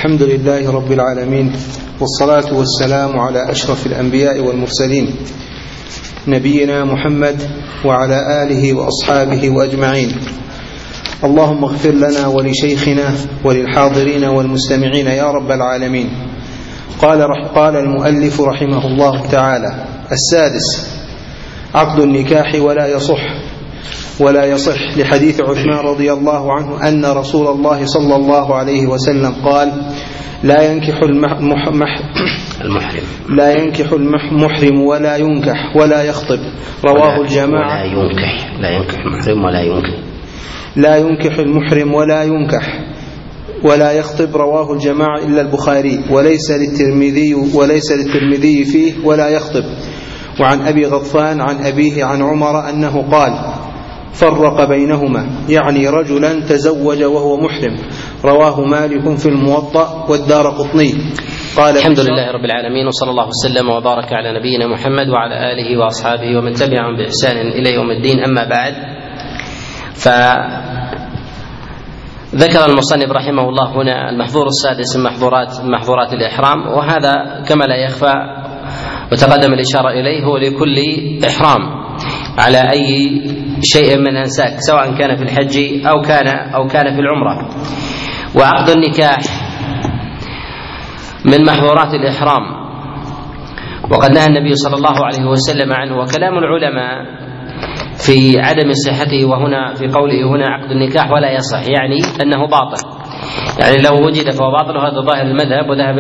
الحمد لله رب العالمين، والصلاة والسلام على أشرف الأنبياء والمرسلين نبينا محمد وعلى آله وأصحابه وأجمعين. اللهم اغفر لنا ولشيخنا وللحاضرين والمستمعين يا رب العالمين. قال المؤلف رحمه الله تعالى: السادس: عقد النكاح ولا يصح لحديث عثمان رضي الله عنه أن رسول الله صلى الله عليه وسلم قال: لا ينكح المحرم ولا ينكح ولا يخطب، رواه الجماعة. لا ينكح المحرم ولا ينكح ولا يخطب، رواه الجماعة إلا البخاري، وليس للترمذي فيه ولا يخطب. وعن أبي غطفان عن أبيه عن عمر أنه قال: فرق بينهما، يعني رجلا تزوج وهو محرم، رواه مالك في الموطأ والدارقطني. قال: الحمد لله رب العالمين، وصلى الله وسلم وبارك على نبينا محمد وعلى آله وأصحابه ومن تبعهم بإحسان إلى يوم الدين. أما بعد، فذكر المصنف رحمه الله هنا المحظور السادس من محظورات الإحرام، وهذا كما لا يخفى وتقدم الإشارة إليه هو لكل إحرام على أي شيء من أنساك، سواء كان في الحج أو كان في العمرة. وعقد النكاح من محظورات الإحرام، وقد نهى النبي صلى الله عليه وسلم عنه. وكلام العلماء في عدم صحته، وهنا في قوله هنا عقد النكاح ولا يصح، يعني أنه باطل، يعني لو وجد فهو باطل. وهذا ظاهر المذهب وذهب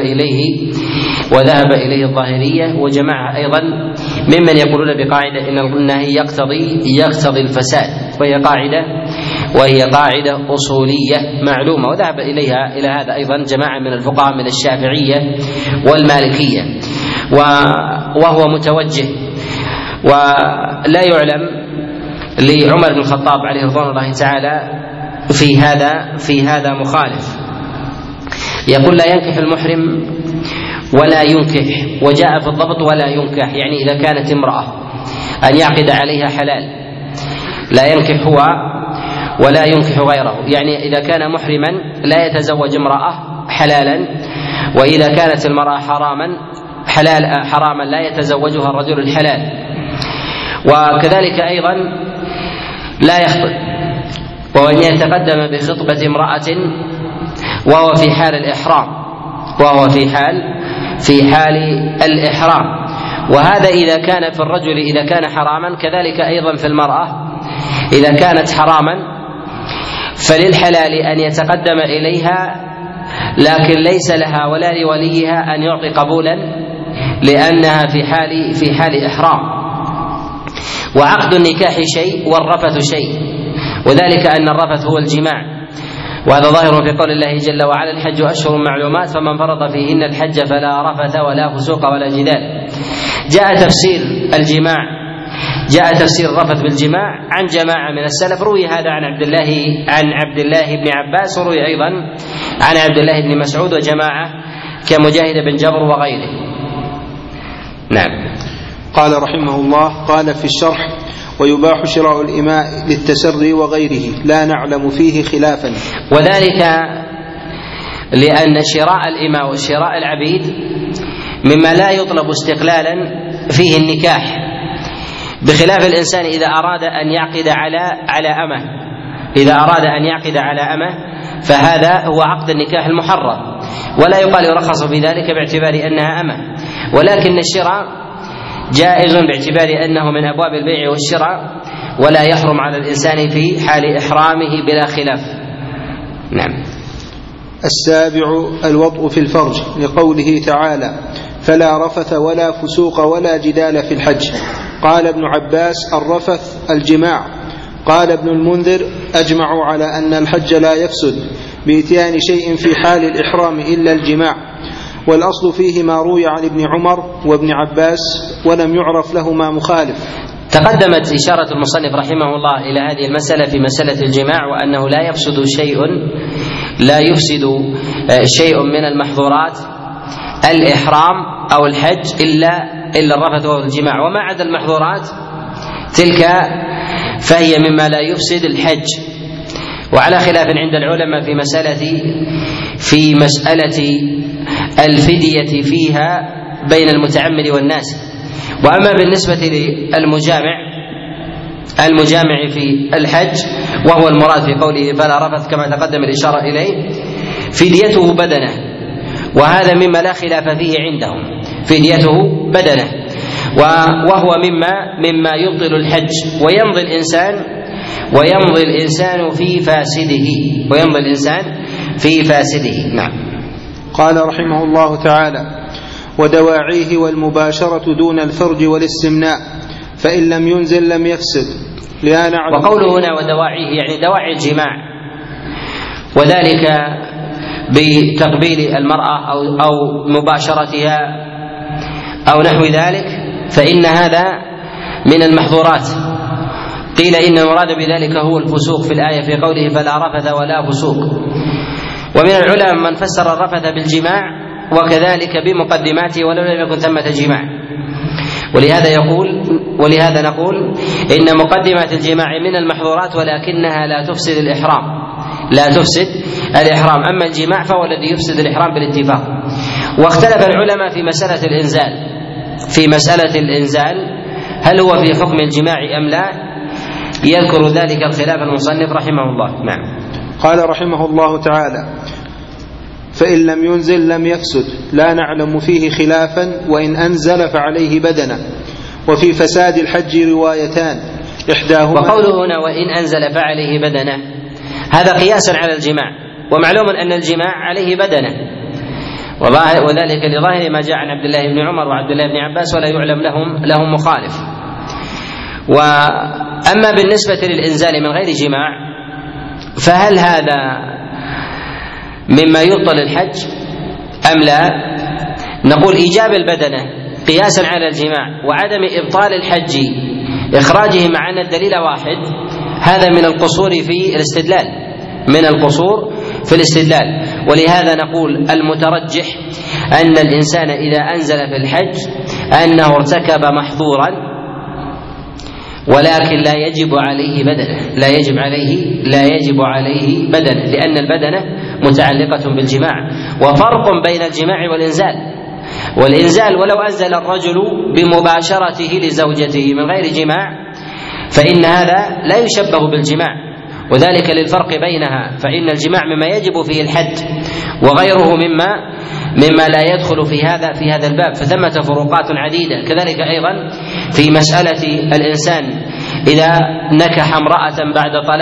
إليه الظاهرية وجماعة أيضا ممن يقولون بقاعدة إن النهي يقتضي الفساد، وهي قاعدة أصولية معلومة، وذهب إلى هذا أيضا جماعة من الفقهاء من الشافعية والمالكية، وهو متوجه. ولا يعلم لعمر بن الخطاب عليه رضوان الله تعالى في هذا مخالف. يقول: لا ينكح المحرم ولا ينكح، وجاء في الضبط ولا ينكح، يعني إذا كانت امرأة أن يعقد عليها حلال، لا ينكح هو ولا ينكح غيره، يعني إذا كان محرما لا يتزوج امرأة حلالا، وإذا كانت المرأة حراما لا يتزوجها الرجل الحلال. وكذلك أيضا لا يخطب، وأن يتقدم بخطبة امرأة وهو في حال الإحرام، وهذا إذا كان في الرجل إذا كان حراما، كذلك أيضا في المرأة إذا كانت حراما فللحلال أن يتقدم إليها، لكن ليس لها ولا لوليها أن يعطي قبولا، لأنها في حال إحرام. وعقد النكاح شيء والرفث شيء، وذلك أن الرفث هو الجماع، وهذا ظاهر في قول الله جل وعلا: الحج أشهر معلومات فمن فرض فيهن الحج فلا رفث ولا فسوق ولا جدال. جاء تفسير الرفث بالجماع عن جماعة من السلف، روي هذا عن عبد الله بن عباس، وروي أيضا عن عبد الله بن مسعود وجماعة كمجاهد بن جبر وغيره. نعم. قال رحمه الله: قال في الشرح: ويباح شراء الإماء للتسري وغيره، لا نعلم فيه خلافا. وذلك لأن شراء الإماء وشراء العبيد مما لا يطلب استقلالا فيه النكاح، بخلاف الإنسان إذا أراد أن يعقد على أمه، فهذا هو عقد النكاح المحرم، ولا يقال يرخص في ذلك باعتبار أنها أمه. ولكن الشراء جائز باعتبار أنه من أبواب البيع والشراء، ولا يحرم على الإنسان في حال إحرامه بلا خلاف. نعم. السابع: الوطء في الفرج، لقوله تعالى: فلا رفث ولا فسوق ولا جدال في الحج. قال ابن عباس: الرفث الجماع. قال ابن المنذر: أجمعوا على أن الحج لا يفسد بإتيان شيء في حال الإحرام إلا الجماع، والأصل فيه ما روي عن ابن عمر وابن عباس، ولم يعرف لهما مخالف. تقدمت إشارة المصنف رحمه الله إلى هذه المسألة في مسألة الجماع، وأنه لا يفسد شيء من المحظورات الإحرام أو الحج إلا الرفث والجماع، وما عدا المحظورات تلك فهي مما لا يفسد الحج وعلى خلاف عند العلماء في مسألة الفدية فيها بين المتعمد والناس. وأما بالنسبة للمجامع في الحج وهو المراد في قوله فلا رفث كما تقدم الإشارة إليه، فديته بدنه، وهذا مما لا خلاف فيه عندهم، فديته بدنه، وهو مما يبطل الحج ويمضي الإنسان في فاسده. نعم. قال رحمه الله تعالى: ودواعيه والمباشرة دون الفرج والاستمناء، فإن لم ينزل لم يفسد. وقوله هنا ودواعيه يعني دواعي الجماع، وذلك بتقبيل المرأة أو مباشرتها أو نحو ذلك، فإن هذا من المحظورات. قيل إن المراد بذلك هو الفسوق في الآية في قوله فلا رفث ولا فسوق. ومن العلماء من فسر الرفث بالجماع وكذلك بمقدماته ولو لم يكن ثمة جماع، ولهذا نقول إن مقدمات الجماع من المحظورات ولكنها لا تفسد الإحرام، أما الجماع فهو الذي يفسد الإحرام بالاتفاق. واختلف العلماء في مسألة الإنزال هل هو في حكم الجماع أم لا، يذكر ذلك الخلاف المصنف رحمه الله. نعم. قال رحمه الله تعالى: فإن لم ينزل لم يفسد، لا نعلم فيه خلافا، وإن أنزل فعليه بدنه. وفي فساد الحج روايتان، إحداهما. وقوله هنا وإن أنزل فعليه بدنه هذا قياسا على الجماع، ومعلوم أن الجماع عليه بدنه، وذلك لظاهر ما جاء عن عبد الله بن عمر وعبد الله بن عباس ولا يعلم لهم مخالف. وأما بالنسبة للإنزال من غير جماع فهل هذا مما يبطل الحج أم لا؟ نقول إيجاب البدنة قياسا على الجماع وعدم إبطال الحج إخراجه مع أن الدليل واحد، هذا من القصور في الاستدلال. ولهذا نقول المترجح أن الإنسان إذا أنزل في الحج أنه ارتكب محظورا، ولكن لا يجب عليه بدنه، لأن البدنة متعلقة بالجماع. وفرق بين الجماع والإنزال ولو أنزل الرجل بمباشرته لزوجته من غير جماع فإن هذا لا يشبه بالجماع، وذلك للفرق بينها، فإن الجماع مما يجب فيه الحد وغيره مما لا يدخل في هذا الباب، فثمة فروقات عديدة. كذلك أيضا في مسألة الإنسان إذا نكح امرأة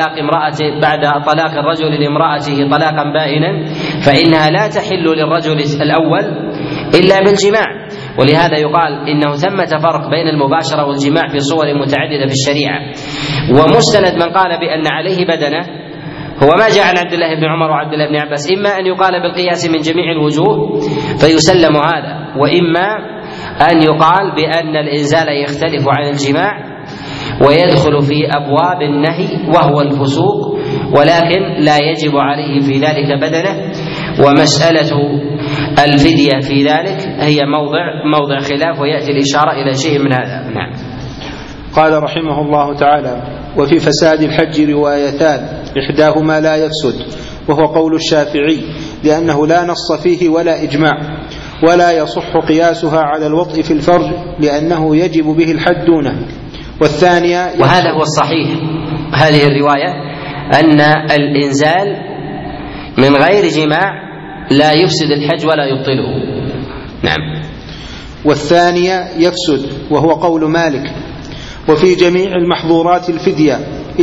بعد طلاق الرجل لامرأته طلاقا بائنا فإنها لا تحل للرجل الأول إلا بالجماع. ولهذا يقال إنه ثمة فرق بين المباشرة والجماع في صور متعددة في الشريعة. ومستند من قال بأن عليه بدنة هو ما جاء عن عبد الله بن عمر وعبد الله بن عباس، إما أن يقال بالقياس من جميع الوجوه فيسلم هذا، وإما أن يقال بأن الإنزال يختلف عن الجماع ويدخل في أبواب النهي وهو الفسوق، ولكن لا يجب عليه في ذلك بدنه. ومسألة الفدية في ذلك هي موضع خلاف، ويأتي الإشارة إلى شيء من هذا. نعم. قال رحمه الله تعالى: وفي فساد الحج روايتان، إحداهما لا يفسد، وهو قول الشافعي، لأنه لا نص فيه ولا إجماع، ولا يصح قياسها على الوطء في الفرج لأنه يجب به الحد دونه. والثانية وهذا هو الصحيح، هذه الرواية أن الإنزال من غير جماع لا يفسد الحج ولا يبطله. نعم. والثانية يفسد، وهو قول مالك. وفي جميع المحظورات الفدية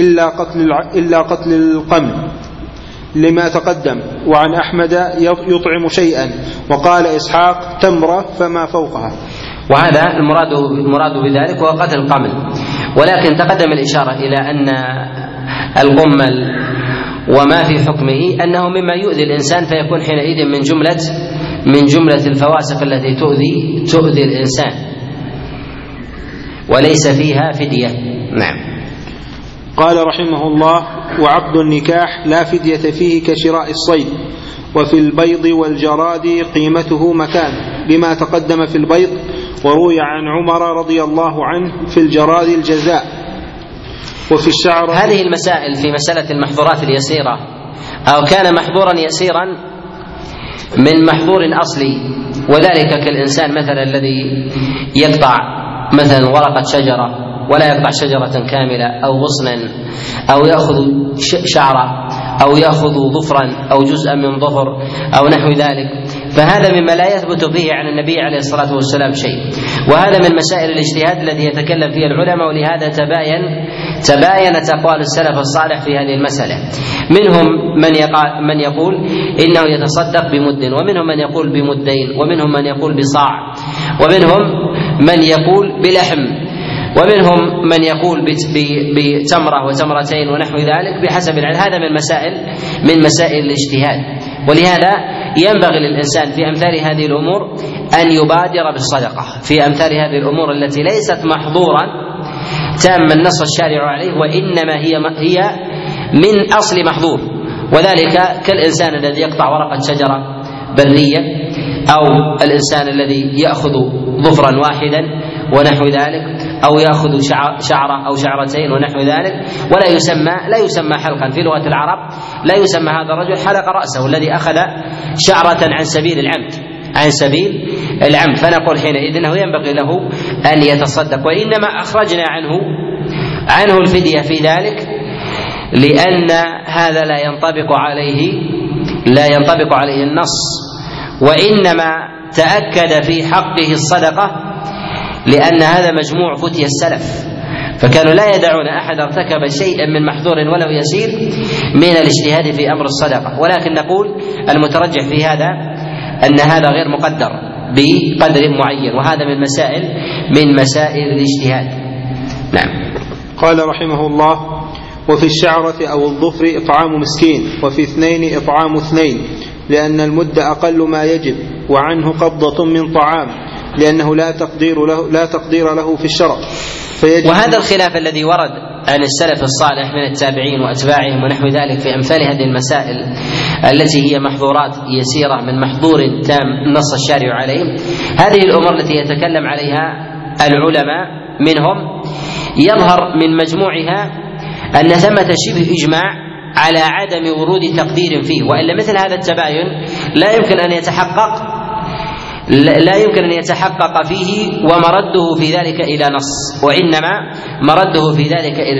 إلا قتل القمل لما تقدم، وعن أحمد يطعم شيئا، وقال إسحاق تمرة فما فوقها. وهذا المراد بذلك هو قتل القمل، ولكن تقدم الإشارة إلى أن القمل وما في حكمه أنه مما يؤذي الإنسان، فيكون حينئذ من جملة الفواسق التي تؤذي الإنسان وليس فيها فدية. نعم. قال رحمه الله: وعقد النكاح لا فدية فيه كشراء الصيد. وفي البيض والجراد قيمته مكان بما تقدم في البيض، وروي عن عمر رضي الله عنه في الجراد الجزاء. وفي الشعر. هذه المسائل في مسألة المحظورات اليسيرة، أو كان محظورا يسيرا من محظور أصلي، وذلك كالإنسان مثلا الذي يقطع مثلا ورقة شجرة ولا يقطع شجرة كاملة أو غصنا، أو يأخذ شعرة، أو يأخذ ظفرا أو جزءا من ظفر أو نحو ذلك، فهذا مما لا يثبت به عن النبي عليه الصلاة والسلام شيء، وهذا من مسائل الاجتهاد الذي يتكلم فيه العلماء، ولهذا تباينت أقوال السلف الصالح في هذه المسألة. منهم من يقول إنه يتصدق بمد، ومنهم من يقول بمدين، ومنهم من يقول بصاع، ومنهم من يقول بلحم، ومنهم من يقول بتمرة وتمرتين ونحو ذلك بحسب العلم. هذا من مسائل الاجتهاد، ولهذا ينبغي للإنسان في أمثال هذه الأمور أن يبادر بالصدقة في أمثال هذه الأمور التي ليست محظورا تاما نص الشارع عليه، وإنما هي من أصل محظور، وذلك كالإنسان الذي يقطع ورقة شجرة برية، أو الإنسان الذي يأخذ ظفرا واحدا ونحو ذلك، أو يأخذ شعرة أو شعرتين ونحو ذلك، لا يسمى حلقا في لغة العرب، لا يسمى هذا الرجل حلق رأسه الذي أخذ شعرة عن سبيل العمد، فنقول حينئذ إنه ينبغي له أن يتصدق، وإنما أخرجنا عنه الفدية في ذلك لأن هذا لا ينطبق عليه النص، وإنما تأكد في حقه الصدقة لأن هذا مجموع فتية السلف، فكانوا لا يدعون أحد ارتكب شيئا من محظور ولو يسير من الاجتهاد في أمر الصدقة، ولكن نقول المترجح في هذا أن هذا غير مقدر بقدر معين، وهذا من مسائل الاجتهاد. نعم. قال رحمه الله: وفي الشعرة أو الظفر إطعام مسكين، وفي 2 إطعام 2، لأن المد أقل ما يجب، وعنه قبضة من طعام، لأنه لا تقدير له في الشرع. وهذا الخلاف الذي ورد عن السلف الصالح من التابعين وأتباعهم ونحو ذلك في أمثال هذه المسائل التي هي محظورات يسيرة من محظور تام نص الشارع عليه، هذه الأمور التي يتكلم عليها العلماء منهم يظهر من مجموعها أن ثمة شبه إجماع على عدم ورود تقدير فيه، وإلا مثل هذا التباين لا يمكن أن يتحقق فيه ومرده في ذلك إلى نص، وإنما مرده في ذلك إلى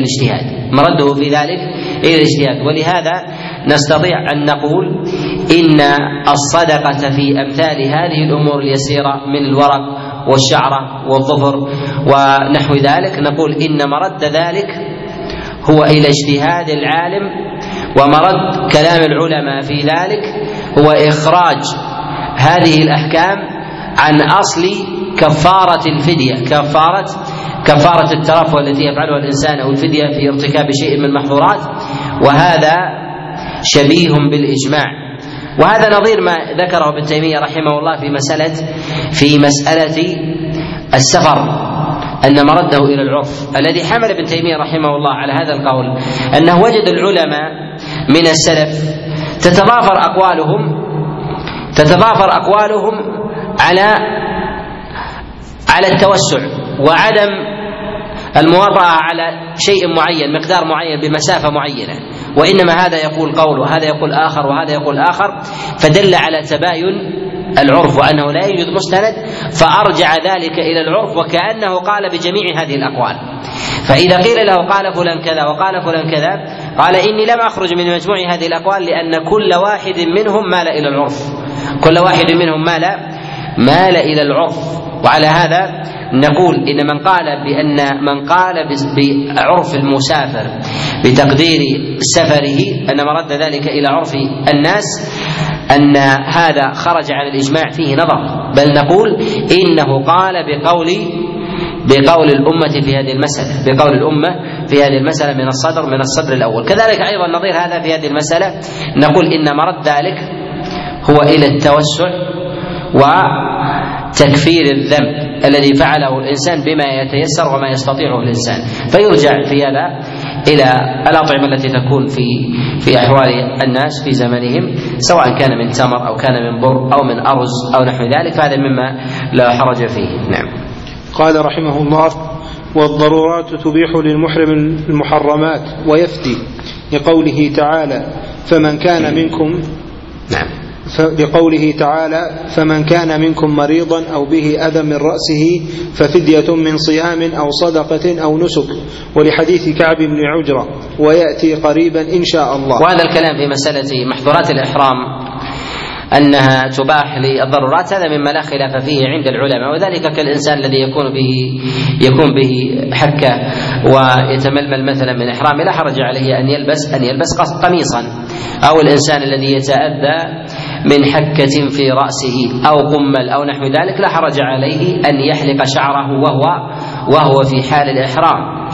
الاجتهاد. ولهذا نستطيع أن نقول إن الصدقة في أمثال هذه الأمور اليسيرة من الورق والشعرة والظفر ونحو ذلك، نقول إن مرد ذلك هو إلى اجتهاد العالم، ومرد كلام العلماء في ذلك هو إخراج هذه الأحكام عن أصل كفارة الفدية، كفارة الترفع التي يفعلها الإنسان أو الفدية في ارتكاب شيء من المحظورات، وهذا شبيه بالإجماع. وهذا نظير ما ذكره ابن تيمية رحمه الله في مسألة السفر، أن مرده إلى العرف. الذي حمل ابن تيمية رحمه الله على هذا القول أنه وجد العلماء من السلف تتضافر أقوالهم على التوسع وعدم المواطأة على شيء معين، مقدار معين بمسافة معينة، وإنما هذا يقول قول وهذا يقول آخر وهذا يقول آخر، فدل على تباين العرف وأنه لا يوجد مستند، فأرجع ذلك إلى العرف وكأنه قال بجميع هذه الأقوال. فإذا قيل له قال فلان كذا وقال فلان كذا، قال إني لم أخرج من مجموع هذه الأقوال لأن كل واحد منهم مال إلى العرف، وعلى هذا نقول إن من قال بعرف المسافر بتقدير سفره أن مرد ذلك إلى عرف الناس، أن هذا خرج عن الإجماع فيه نظر، بل نقول إنه قال بقول الأمة في هذه المسألة من الصدر الأول. كذلك أيضا نظير هذا في هذه المسألة نقول إن مرد ذلك هو إلى التوسع وتكفير الذنب الذي فعله الإنسان بما يتيسر وما يستطيعه الإنسان، فيرجع في هذا إلى الأطعمة التي تكون في أحوال الناس في زمنهم، سواء كان من تمر أو كان من بر أو من أرز أو نحو ذلك، فهذا مما لا حرج فيه. نعم. قال رحمه الله: والضرورات تبيح للمحرم المحرمات ويفتي، لقوله تعالى فمن كان منكم فمن كان منكم مريضا أو به أذى من رأسه ففدية من صيام أو صدقة أو نسك، ولحديث كعب بن عجرة ويأتي قريبا إن شاء الله. وهذا الكلام في مسألة محظورات الإحرام أنها تباح للضرورات هذا مما لا خلاف فيه عند العلماء، وذلك كالإنسان الذي يكون به حكة ويتململ مثلا من إحرامه لا حرج عليه أن يلبس قميصا، أو الإنسان الذي يتأذى من حكة في رأسه أو قمل أو نحو ذلك لا حرج عليه أن يحلق شعره وهو في حال الإحرام،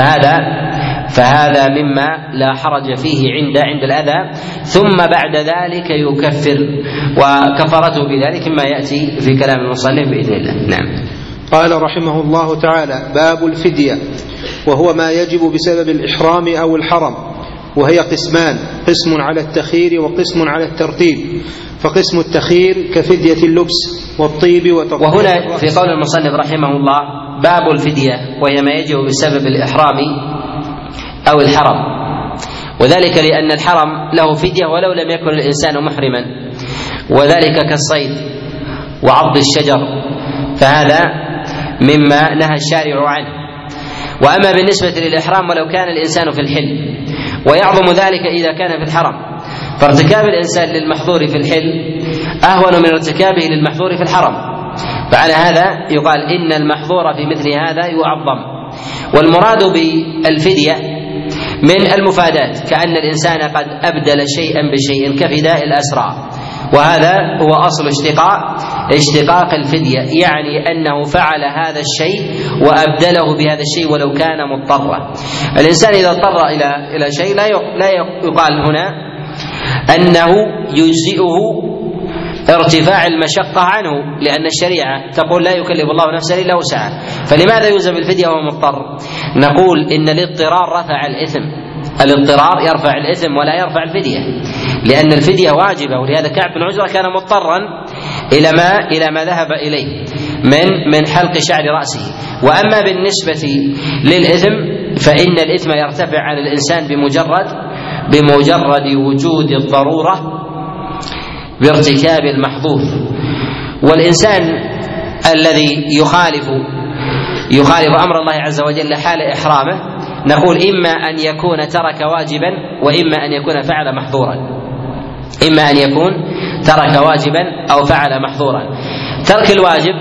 فهذا مما لا حرج فيه عند الأذى، ثم بعد ذلك يكفر، وكفرته بذلك مما يأتي في كلام المصنف بإذن الله. نعم. قال رحمه الله تعالى: باب الفدية، وهو ما يجب بسبب الإحرام أو الحرم، وهي قسمان: قسم على التخيير وقسم على الترتيب. فقسم التخيير كفدية اللبس والطيب وتطهير. وهنا في قول المصنف رحمه الله باب الفدية، وهي ما يجب بسبب الإحرام أو الحرم، وذلك لأن الحرم له فدية ولو لم يكن الإنسان محرما، وذلك كالصيد وعض الشجر، فهذا مما نهى الشارع عنه. وأما بالنسبة للإحرام ولو كان الإنسان في الحل، ويعظم ذلك إذا كان في الحرم، فارتكاب الإنسان للمحظور في الحل أهون من ارتكابه للمحظور في الحرم، فعلى هذا يقال إن المحظور في مثل هذا يعظم. والمراد بالفدية من المفادات، كأن الإنسان قد أبدل شيئا بشيء كفداء الأسرى، وهذا هو أصل اشتقاق الفدية، يعني أنه فعل هذا الشيء وأبدله بهذا الشيء ولو كان مضطرا. الإنسان إذا اضطر إلى شيء لا يقال هنا أنه يجزئه ارتفاع المشقة عنه، لأن الشريعة تقول لا يكلف الله نفسا إلا وسعها، فلماذا يلزم الفدية وهو مضطر؟ نقول إن الاضطرار رفع الإثم، الاضطرار يرفع الإثم ولا يرفع الفدية، لأن الفدية واجبة، ولهذا كعب بن عجرة كان مضطرا إلى ما ذهب إليه من حلق شعر رأسه. وأما بالنسبة للإثم فإن الإثم يرتفع على الإنسان بمجرد وجود الضرورة بارتكاب المحظور. والإنسان الذي يخالف أمر الله عز وجل حال إحرامه نقول إما أن يكون ترك واجبا وإما أن يكون فعل محظورا، إما أن يكون ترك واجبا أو فعل محظورا. ترك الواجب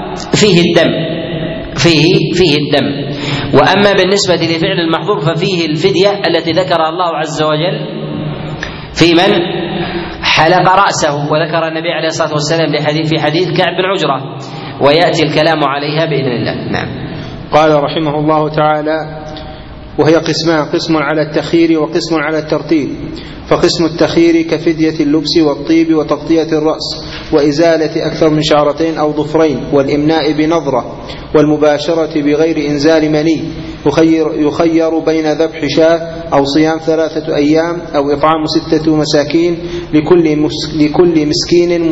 فيه الدم، وأما بالنسبة لفعل المحظور ففيه الفدية التي ذكرها الله عز وجل في من حلق رأسه، وذكر النبي عليه الصلاة والسلام في حديث كعب بن عجرة، ويأتي الكلام عليها بإذن الله. نعم. قال رحمه الله تعالى: وهي قسمان: قسم على التخيير وقسم على الترتيب. فقسم التخيير كفدية اللبس والطيب وتغطية الرأس وإزالة أكثر من شعرتين أو ظفرين والإمناء بنظرة والمباشرة بغير إنزال مني. يخير بين ذبح شاة أو صيام 3 أيام أو إطعام 6 مساكين لكل مسكين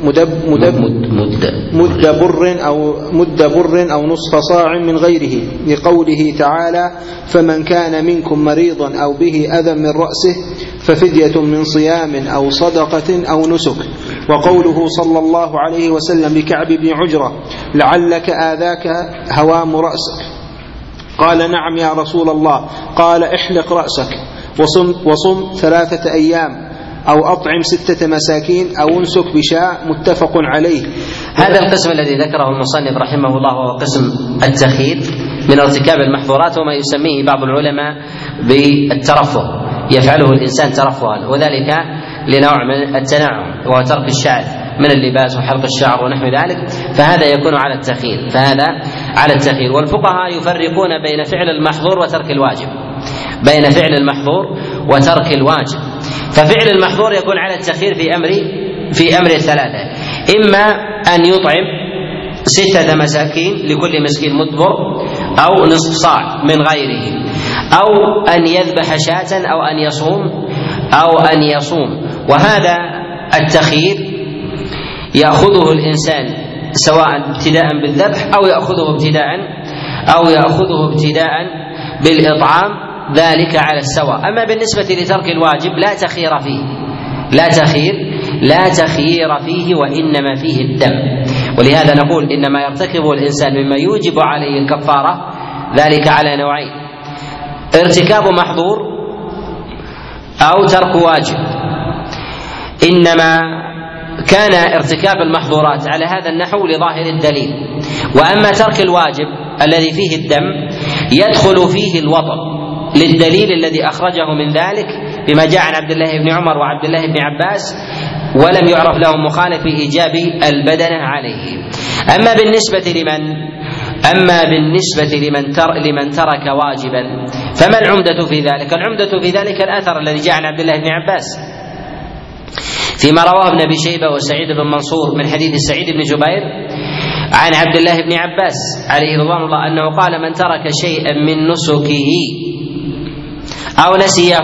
مد بر أو نصف صاع من غيره، لقوله تعالى: فمن كان منكم مريضا أو به أذى من رأسه ففدية من صيام أو صدقة أو نسك. وقوله صلى الله عليه وسلم لكعب بن عجرة: لعلك آذاك هوام رأسك. قال: نعم يا رسول الله. قال: احلق رأسك وصم 3 أيام أو أطعم 6 مساكين أو انسك بشاء. متفق عليه. هذا القسم الذي ذكره المصنف رحمه الله هو قسم التخيير من ارتكاب المحظورات، وما يسميه بعض العلماء بالترفه، يفعله الإنسان ترفها، وذلك لنوع من التنعم وهو ترك الشعر من اللباس وحلق الشعر ونحو ذلك، فهذا يكون على التخيير. والفقهاء يفرقون بين فعل المحظور وترك الواجب. ففعل المحظور يكون على التخيير في أمر 3: إما أن يطعم 6 مساكين لكل مسكين مد بر أو نصف صاع من غيره، أو أن يذبح شاة أو أن يصوم. وهذا التخيير يأخذه الإنسان سواء ابتداء بالذبح أو يأخذه أو يأخذه ابتداء بالإطعام ذلك على السواء. أما بالنسبة لترك الواجب لا تخيير فيه وإنما فيه الدم. ولهذا نقول إنما يرتكبه الإنسان مما يوجب عليه الكفارة ذلك على نوعين: ارتكاب محظور أو ترك واجب. إنما كان ارتكاب المحظورات على هذا النحو لظاهر الدليل، وأما ترك الواجب الذي فيه الدم يدخل فيه الوطن للدليل الذي أخرجه من ذلك بما جاء عن عبد الله بن عمر وعبد الله بن عباس، ولم يعرف لهم مخالف في إيجاب البدنة عليه. أما بالنسبة لمن ترك واجبا فما العمدة في ذلك؟ العمدة في ذلك الأثر الذي جاء عن عبد الله بن عباس فيما رواه ابن أبي شيبة وسعيد بن منصور من حديث سعيد بن جبير عن عبد الله بن عباس عليه رضوان الله أنه قال: من ترك شيئا من نسكه أو نسيه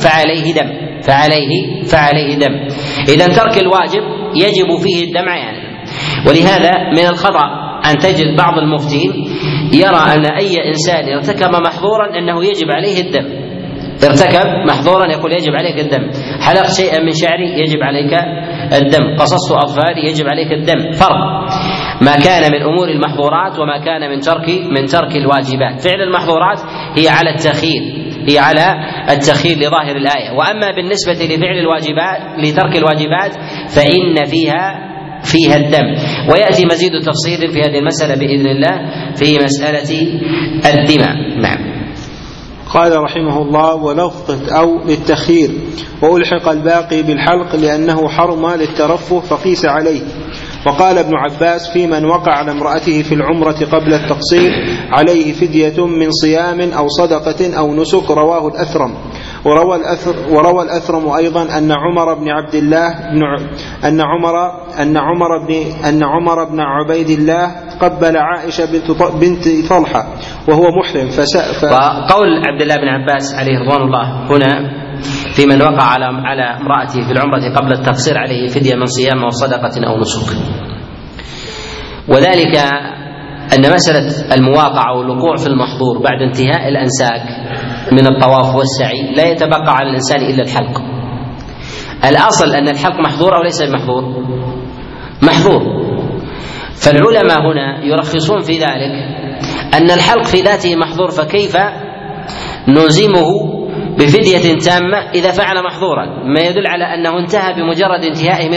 فعليه دم. إذن ترك الواجب يجب فيه الدم عيانا. ولهذا من الخطأ أن تجد بعض المفتين يرى أن أي إنسان ارتكب محظورا أنه يجب عليه الدم. ارتكب محظورا يقول يجب عليك الدم، حلقت شيئا من شعري يجب عليك الدم، قصصت أظفاري يجب عليك الدم. فرق ما كان من أمور المحظورات وما كان من ترك الواجبات. فعل المحظورات هي على التخيير لظاهر الآية. وأما بالنسبة لترك الواجبات فإن فيها الدم. ويأتي مزيد تفصيل في هذه المسألة بإذن الله في مسألة الدماء. نعم. قال رحمه الله: ولفظة أو للتخيير، وألحق الباقي بالحلق لأنه حرم للترفه فقيس عليه. وقال ابن عباس: في من وقع على امرأته في العمرة قبل التقصير عليه فدية من صيام أو صدقة أو نسك. رواه الأثرم. وروى الأثرم أيضا أن عمر بن عبد الله أن عمر بن عبيد الله قبل عائشة بنت طلحة وهو محرم وقول عبد الله بن عباس عليه رضوان الله هنا: في من وقع على امرأته في العمرة قبل التقصير عليه فدية من صيام أو صدقة أو نسك. وذلك أن مسألة المواقعة والوقوع في المحظور بعد انتهاء الأنساك من الطواف والسعي لا يتبقى على الإنسان إلا الحلق. الأصل أن الحلق محظور أو ليس محظور. فالعلماء هنا يرخصون في ذلك أن الحلق في ذاته محظور، فكيف نلزمه بفدية تامة إذا فعل محظورا؟ ما يدل على أنه انتهى بمجرد انتهائه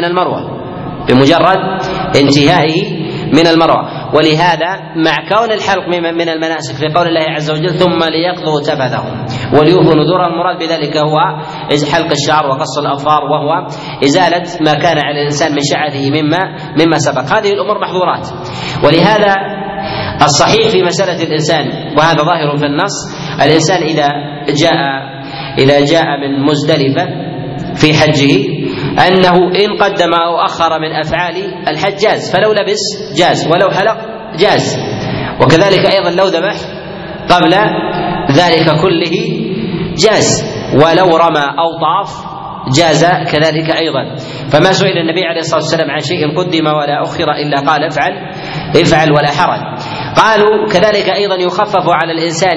من المروة. ولهذا مع كون الحلق من المناسك في قول الله عز وجل: ثم ليقضوا تفثهم وليوفوا نذورهم، المراد بذلك هو حلق الشعر وقص الأظفار، وهو إزالة ما كان على الإنسان من شعره مما سبق. هذه الأمور محظورات. ولهذا الصحيح في مسألة الإنسان، وهذا ظاهر في النص، الإنسان إذا جاء من مزدلفة في حجه أنه إن قدم أو أخر من أفعال الحج جاز، فلو لبس جاز، ولو حلق جاز، وكذلك أيضا لو ذبح قبل ذلك كله جاز، ولو رمى أو طاف جاز كذلك أيضا. فما سئل النبي عليه الصلاة والسلام عن شيء قدم ولا أخر إلا قال: افعل ولا حرج. قالوا كذلك أيضا يخفف على الإنسان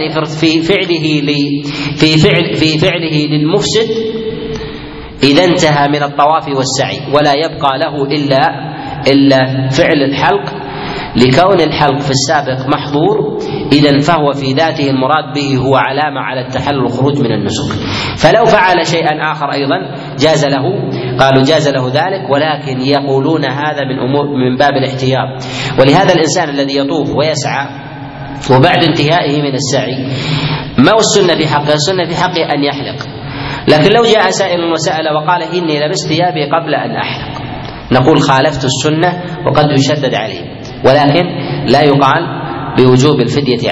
في فعله للمفسد إذا انتهى من الطواف والسعي، ولا يبقى له إلا فعل الحلق، لكون الحلق في السابق محظور. إذن فهو في ذاته المراد به هو علامة على التحلل والخروج من النسك. فلو فعل شيئا آخر أيضا جاز له، قالوا جاز له ذلك، ولكن يقولون هذا من باب الاحتياط. ولهذا الإنسان الذي يطوف ويسعى وبعد انتهائه من السعي ما هو السنة في حقه؟ السنة في حقه أن يحلق. لكن لو جاء سائل وسأل وقال: إني لبست ثيابي قبل أن أحلق، نقول خالفت السنة وقد يشدد عليه، ولكن لا يقال بوجوب الفدية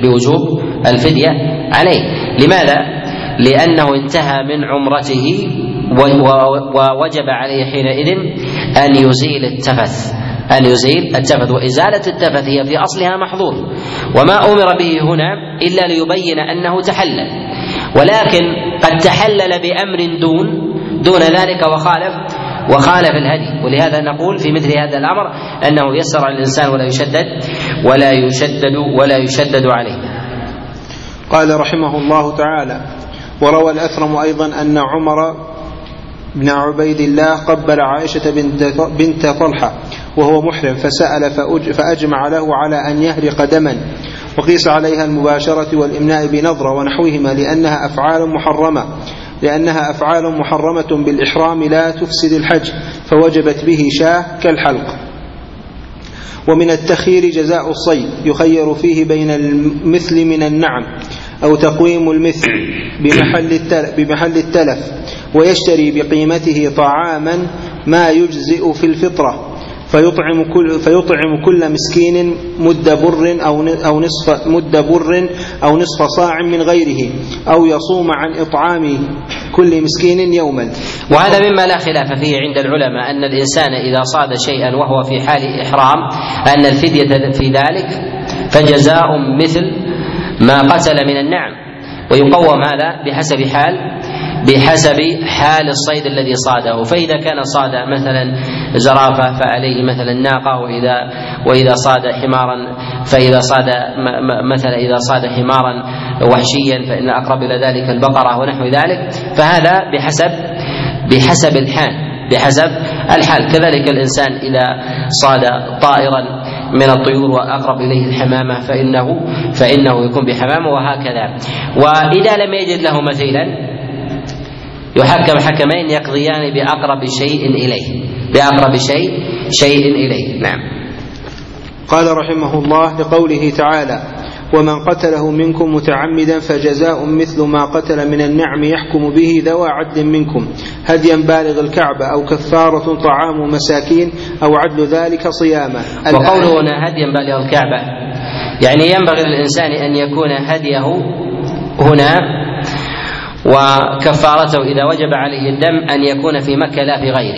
عليه. لماذا؟ لأنه انتهى من عمرته ووجب عليه حينئذ أن يزيل التفث، وإزالة التفث هي في أصلها محظور، وما أمر به هنا إلا ليبين أنه تحلل، ولكن قد تحلل بأمر دون ذلك وخالف الهدي. ولهذا نقول في مثل هذا الأمر أنه يسر الإنسان ولا يشدد عليه. قال رحمه الله تعالى: وروى الأثرم أيضا أن عمر بن عبيد الله قبل عائشة بنت طلحة وهو محرم فسأل فأجمع له على أن يهرق دما، وقيس عليها المباشرة والإمناء بنظرة ونحوهما لأنها أفعال محرمة بالإحرام لا تفسد الحج، فوجبت به شاه كالحلق. ومن التخيير جزاء الصيد يخير فيه بين المثل من النعم أو تقويم المثل بمحل التلف، ويشتري بقيمته طعاما ما يجزئ في الفطرة فيطعم كل مسكين مد بر أو نصف صاع من غيره، أو يصوم عن إطعام كل مسكين يوما. وهذا مما لا خلاف فيه عند العلماء أن الإنسان إذا صاد شيئا وهو في حال إحرام أن الفدية في ذلك فجزاء مثل ما قتل من النعم، ويقوم هذا بحسب حال الصيد الذي صاده. فإذا كان صاد مثلا زرافة فعليه مثلا ناقة، وإذا صاد حمارا فإذا صاد حمارا وحشيا فإن أقرب إلى ذلك البقرة ونحو ذلك، فهذا بحسب الحال. كذلك الإنسان إذا صاد طائرا من الطيور وأقرب إليه الحمامة فإنه يكون بحمامة، وهكذا. وإذا لم يجد له مثيلا يحكم حكمين يقضيان بأقرب شيء إليه. نعم. قال رحمه الله لقوله تعالى: ومن قتله منكم متعمدا فجزاء مثل ما قتل من النعم يحكم به ذوى عدل منكم هديا بالغ الكعبة أو كفارة طعام مساكين أو عدل ذلك صياما. وقوله هنا هديا بالغ الكعبة يعني ينبغي للإنسان أن يكون هديه هنا وكفارته إذا وجب عليه الدم أن يكون في مكة لا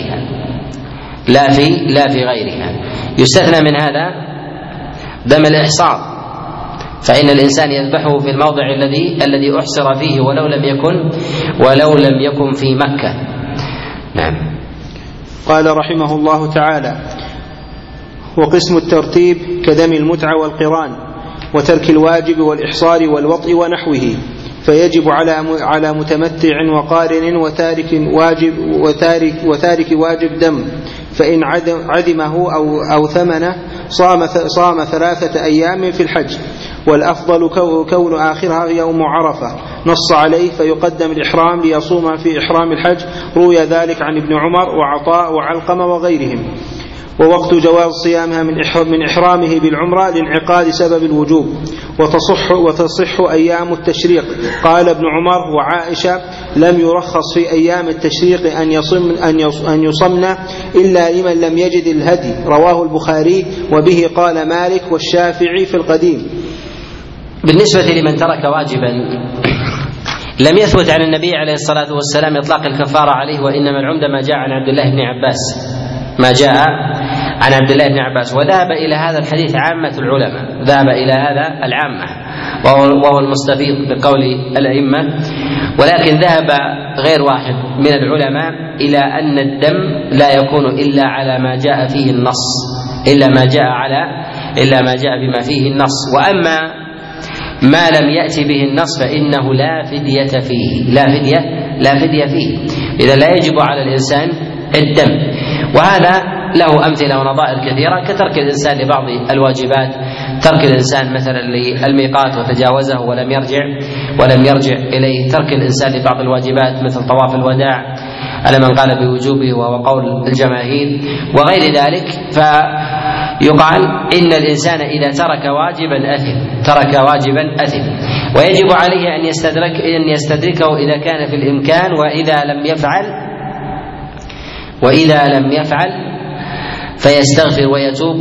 في غيرها. يستثنى من هذا دم الإحصار، فإن الإنسان يذبحه في الموضع الذي أحصر فيه ولو لم يكن في مكة. نعم. قال رحمه الله تعالى: وقسم الترتيب كدم المتعة والقران وترك الواجب والإحصار والوطء ونحوه، فيجب على متمتع وقارن وتارك واجب دم، فإن عدمه أو ثمنه صام 3 أيام في الحج، والأفضل كون آخرها يوم عرفة نص عليه، فيقدم الإحرام ليصوم في إحرام الحج. روي ذلك عن ابن عمر وعطاء وعلقمة وغيرهم. ووقت جواز صيامها من إحرامه بالعمرة لانعقاد سبب الوجوب، وتصح أيام التشريق. قال ابن عمر وعائشة: لم يرخص في أيام التشريق أن يصمن إلا لمن لم يجد الهدي. رواه البخاري، وبه قال مالك والشافعي في القديم. بالنسبة لمن ترك واجبا لم يثبت عن النبي عليه الصلاة والسلام إطلاق الكفارة عليه، وإنما العمدة ما جاء عن عبد الله بن عباس، وذهب إلى هذا الحديث عامة العلماء، وهو المستفيض بقول الأئمة. ولكن ذهب غير واحد من العلماء إلى أن الدم لا يكون إلا على ما جاء فيه النص، إلا ما جاء بما فيه النص. وأما ما لم يأتي به النص فإنه لا فدية فيه، إذا لا يجب على الإنسان الدم. وهذا له أمثلة ونظائر كثيرة، كترك الإنسان لبعض الواجبات، ترك الإنسان مثلا للميقات وتجاوزه ولم يرجع إليه، ترك الإنسان لبعض الواجبات مثل طواف الوداع على من قال بوجوبه وهو قول الجماهير وغير ذلك. فيقال إن الإنسان إذا ترك واجبا أثم، ويجب عليه أن يستدركه إذا كان في الإمكان، وإذا لم يفعل فيستغفر ويتوب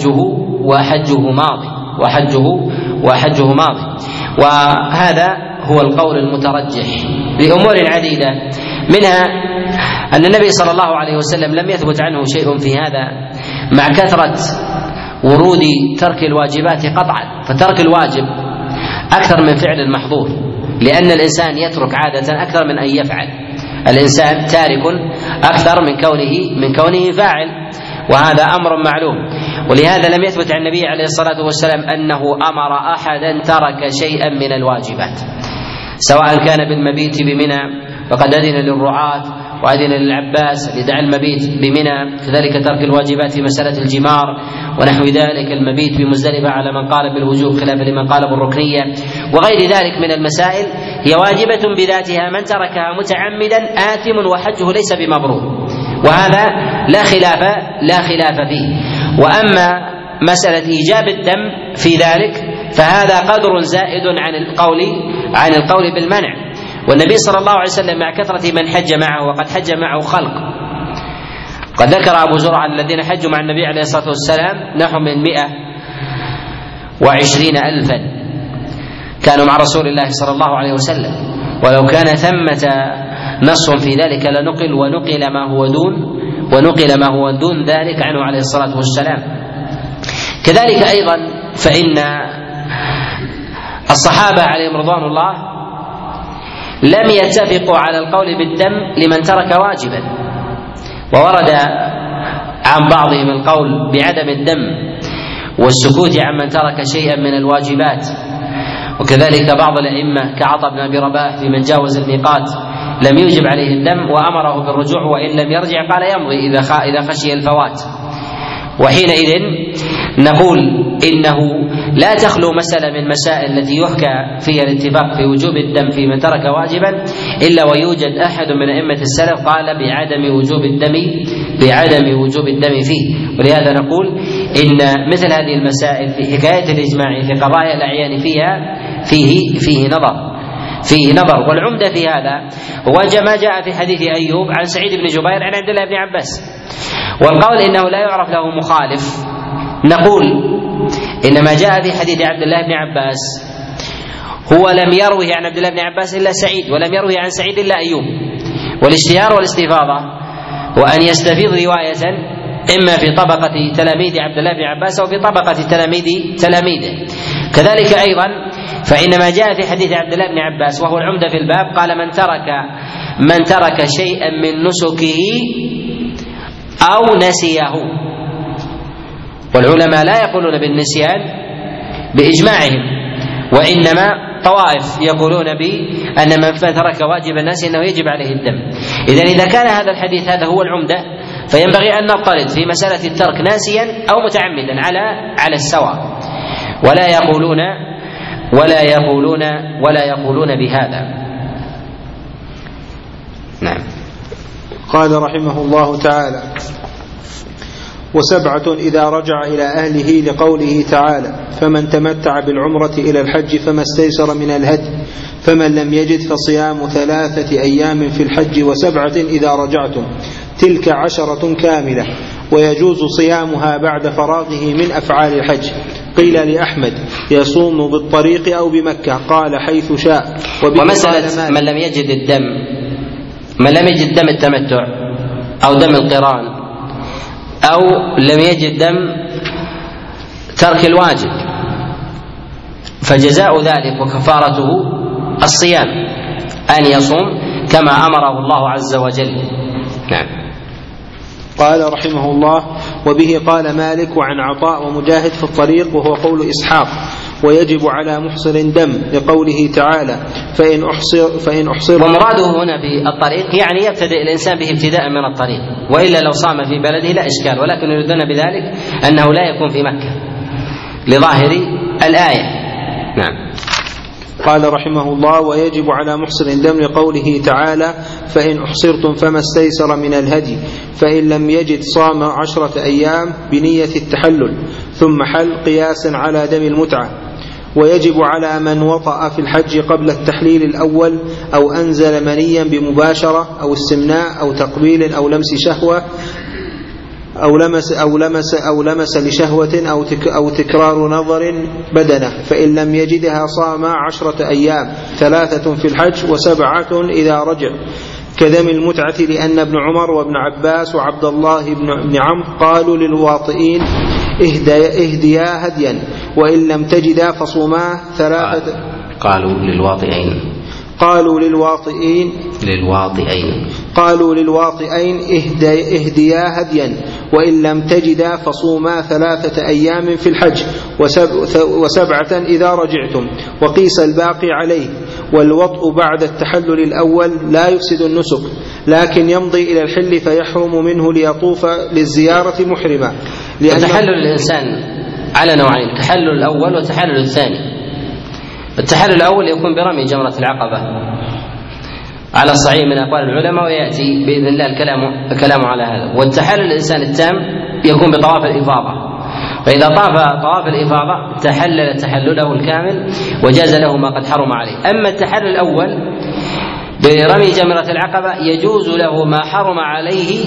وحجه ماضي. وهذا هو القول المترجح لأمور عديدة، منها أن النبي صلى الله عليه وسلم لم يثبت عنه شيء في هذا، مع كثرة ورود ترك الواجبات قطعا، فترك الواجب أكثر من فعل المحظور، لأن الإنسان يترك عادة أكثر من أن يفعل، الإنسان تارك أكثر من كونه فاعل، وهذا أمر معلوم. ولهذا لم يثبت عن النبي عليه الصلاة والسلام أنه أمر أحدا ترك شيئا من الواجبات، سواء كان بالمبيت بمنى فقد أذن للرعاة وأذن للعباس لدعا المبيت بمنى، كذلك ترك الواجبات في مسألة الجمار ونحو ذلك، المبيت بمزدلفة على من قال بالوجوب خلافا لمن قال بالركنية، وغير ذلك من المسائل هي واجبة بذاتها، من تركها متعمدا آثم وحجه ليس بمبرور، وهذا لا خلاف فيه. وأما مسألة إيجاب الدم في ذلك فهذا قدر زائد عن القول بالمنع. والنبي صلى الله عليه وسلم مع كثرة من حج معه، وقد حج معه خلق، قد ذكر أبو زرعة الذين حجوا مع النبي عليه الصلاة والسلام نحو من 120,000 كانوا مع رسول الله صلى الله عليه وسلم، ولو كان ثمة نص في ذلك لنقل ونقل ما هو دون ذلك عنه عليه الصلاة والسلام. كذلك أيضا فإن الصحابة عليهم رضوان الله لم يتفقوا على القول بالدم لمن ترك واجبا، وورد عن بعضهم القول بعدم الدم والسكوت عن من ترك شيئا من الواجبات، وكذلك بعض الأئمة كعطا بن أبي رباح في من جاوز الميقات لم يوجب عليه الدم وأمره بالرجوع، وإن لم يرجع قال يمضي إذا خشي الفوات. وحينئذ نقول إنه لا تخلو مسألة من مسائل التي يحكى فيها الاتفاق في وجوب الدم في من ترك واجبا إلا ويوجد أحد من أئمة السلف قال بعدم وجوب الدم فيه. ولهذا نقول إن مثل هذه المسائل في حكاية الإجماع في قضايا الأعيان فيه نظر، والعمدة في هذا هو ما جاء في حديث أيوب عن سعيد بن جبير عن عبد الله بن عباس، والقول إنه لا يعرف له مخالف نقول إنما جاء في حديث عبد الله بن عباس هو لم يروه عن عبد الله بن عباس إلا سعيد، ولم يروه عن سعيد إلا أيوب، والاشتهار والاستفاضة وأن يستفيض رواية إما في طبقة تلاميذ عبد الله بن عباس أو في طبقة تلاميذه. كذلك أيضا فإن ما جاء في حديث عبد الله بن عباس وهو العمدة في الباب قال من ترك شيئا من نسكه أو نسيه، والعلماء لا يقولون بالنسيان بإجماعهم، وإنما طوائف يقولون بأن من ترك واجب الناس إنه يجب عليه الدم. إذا كان هذا الحديث هذا هو العمدة فينبغي أن نضطرد في مسألة الترك ناسيا أو متعمدا على السواء، ولا يقولون بهذا. نعم. قال رحمه الله تعالى: وسبعة إذا رجع إلى أهله لقوله تعالى: فمن تمتع بالعمرة إلى الحج فما استيسر من الهدي، فمن لم يجد فصيام 3 أيام في الحج و7 إذا رجعتم، تلك 10 كاملة، ويجوز صيامها بعد فراغه من أفعال الحج. قيل لأحمد: يصوم بالطريق أو بمكة؟ قال: حيث شاء. ومسألة من لم يجد دم التمتع أو دم القران أو لم يجد دم ترك الواجب فجزاء ذلك وكفارته الصيام أن يصوم كما أمره الله عز وجل. نعم. قال رحمه الله: وبه قال مالك عن عطاء ومجاهد في الطريق، وهو قول إسحاق: ويجب على محصر دم، لقوله تعالى: فإن أحصر. ومراده هنا في الطريق يعني يبتدئ الإنسان به ابتداء من الطريق، وإلا لو صام في بلده لا إشكال، ولكن يريدون بذلك أنه لا يكون في مكة لظاهر الآية. نعم. قال رحمه الله: ويجب على محصر دم، لقوله تعالى: فإن أحصرتم فما استيسر من الهدي، فإن لم يجد صام 10 أيام بنية التحلل ثم حل قياسا على دم المتعة. ويجب على من وطأ في الحج قبل التحليل الأول أو أنزل منيا بمباشرة أو استمناء أو تقبيل أو لمس شهوة أو لمس لشهوة أو تكرار نظر بدنه، فإن لم يجدها صام 10 أيام، 3 في الحج و7 إذا رجع، كدم المتعة، لأن ابن عمر وابن عباس وعبد الله بن عمرو قالوا للواطئين: اهديا هديا، وإن لم تجدا فصوما 3. قالوا للواطئين قالوا للواطئين اهديا هديا، وإن لم تجدا فصوما 3 أيام في الحج و7 إذا رجعتم، وقيس الباقي عليه. والوطء بعد التحلل الأول لا يفسد النسك، لكن يمضي إلى الحل فيحرم منه ليطوف للزيارة محرما. تحلل الإنسان على نوعين: التحلل الأول والتحلل الثاني. التحلل الأول يكون برمي جمرة العقبة على الصحيح من أقوال العلماء، ويأتي بإذن الله الكلام على هذا. والتحلل الإنسان التام يكون بطواف الإفاضة، فإذا طاف طواف الإفاضة تحلل تحلله الكامل وجاز له ما قد حرم عليه. أما التحلل الأول برمي جمرة العقبة يجوز له ما حرم عليه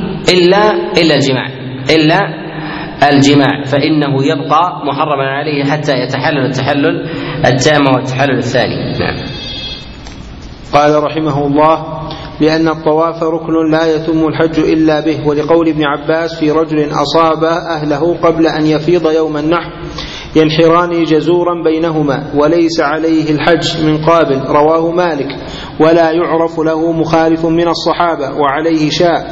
إلا الجماع، فإنه يبقى محرما عليه حتى يتحلل التحلل التام والتحلل الثاني. نعم. قال رحمه الله: لأن الطواف ركن لا يتم الحج إلا به، ولقول ابن عباس في رجل أصاب أهله قبل أن يفيض يوم النحر ينحران جزورا بينهما وليس عليه الحج من قابل، رواه مالك، ولا يعرف له مخالف من الصحابة، وعليه شاء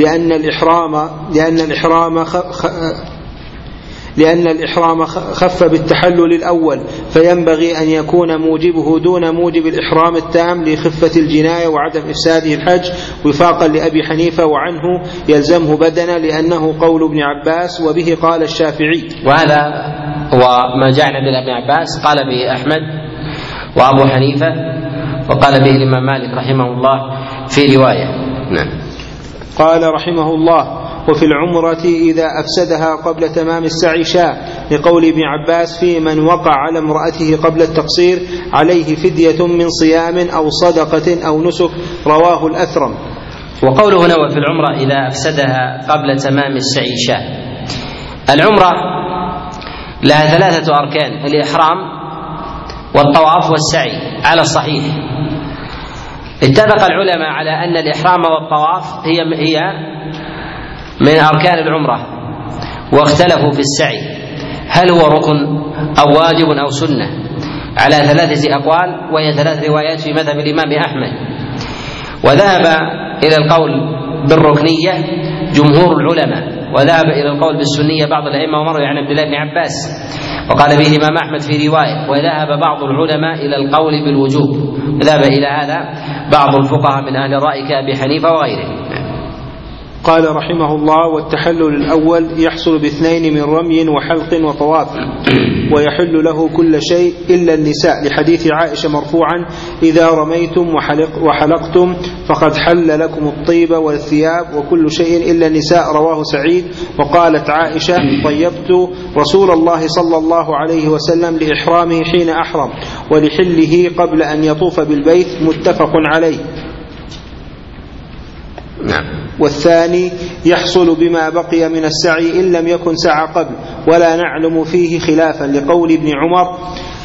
لأن الإحرام خف بالتحلل الأول، فينبغي أن يكون موجبه دون موجب الإحرام التام لخفة الجناية وعدم إفساده الحج، وفاقا لأبي حنيفة، وعنه يلزمه بدنا لأنه قول ابن عباس، وبه قال الشافعي. وهذا هو ما جاء عن ابن عباس، قال به أحمد وأبو حنيفة، وقال به الإمام مالك رحمه الله في رواية. نعم. قال رحمه الله: وفي العمرة إذا أفسدها قبل تمام السعي شاء، لقول ابن عباس في من وقع على امرأته قبل التقصير عليه فدية من صيام أو صدقة أو نسك، رواه الأثرم. وقوله هنا وفي العمرة إذا أفسدها قبل تمام السعي شاء، العمرة لها 3 أركان: الإحرام والطواف والسعي على الصحيح. اتفق العلماء على أن الإحرام والطواف هي من أركان العمرة، واختلفوا في السعي هل هو ركن أو واجب أو سنة، على 3 أقوال، وهي 3 روايات في مذهب الإمام أحمد. وذهب إلى القول بالركنية جمهور العلماء، وذهب إلى القول بالسنية بعض الأئمة، ومروي عن عبد الله بن عباس، وقال به الإمام أحمد في رواية. وذهب بعض العلماء إلى القول بالوجوب، ذهب إلى هذا بعض الفقهاء من أهل الرأي كأبي حنيفة وغيره. قال رحمه الله: والتحلل الأول يحصل ب2 من رمي وحلق وطواف، ويحل له كل شيء إلا النساء، لحديث عائشة مرفوعا: إذا رميتم وحلقتم فقد حل لكم الطيب والثياب وكل شيء إلا النساء، رواه سعيد. وقالت عائشة: طيبت رسول الله صلى الله عليه وسلم لإحرامه حين أحرم ولحله قبل أن يطوف بالبيت، متفق عليه. نعم. والثاني يحصل بما بقي من السعي إن لم يكن سعى قبل، ولا نعلم فيه خلافا، لقول ابن عمر: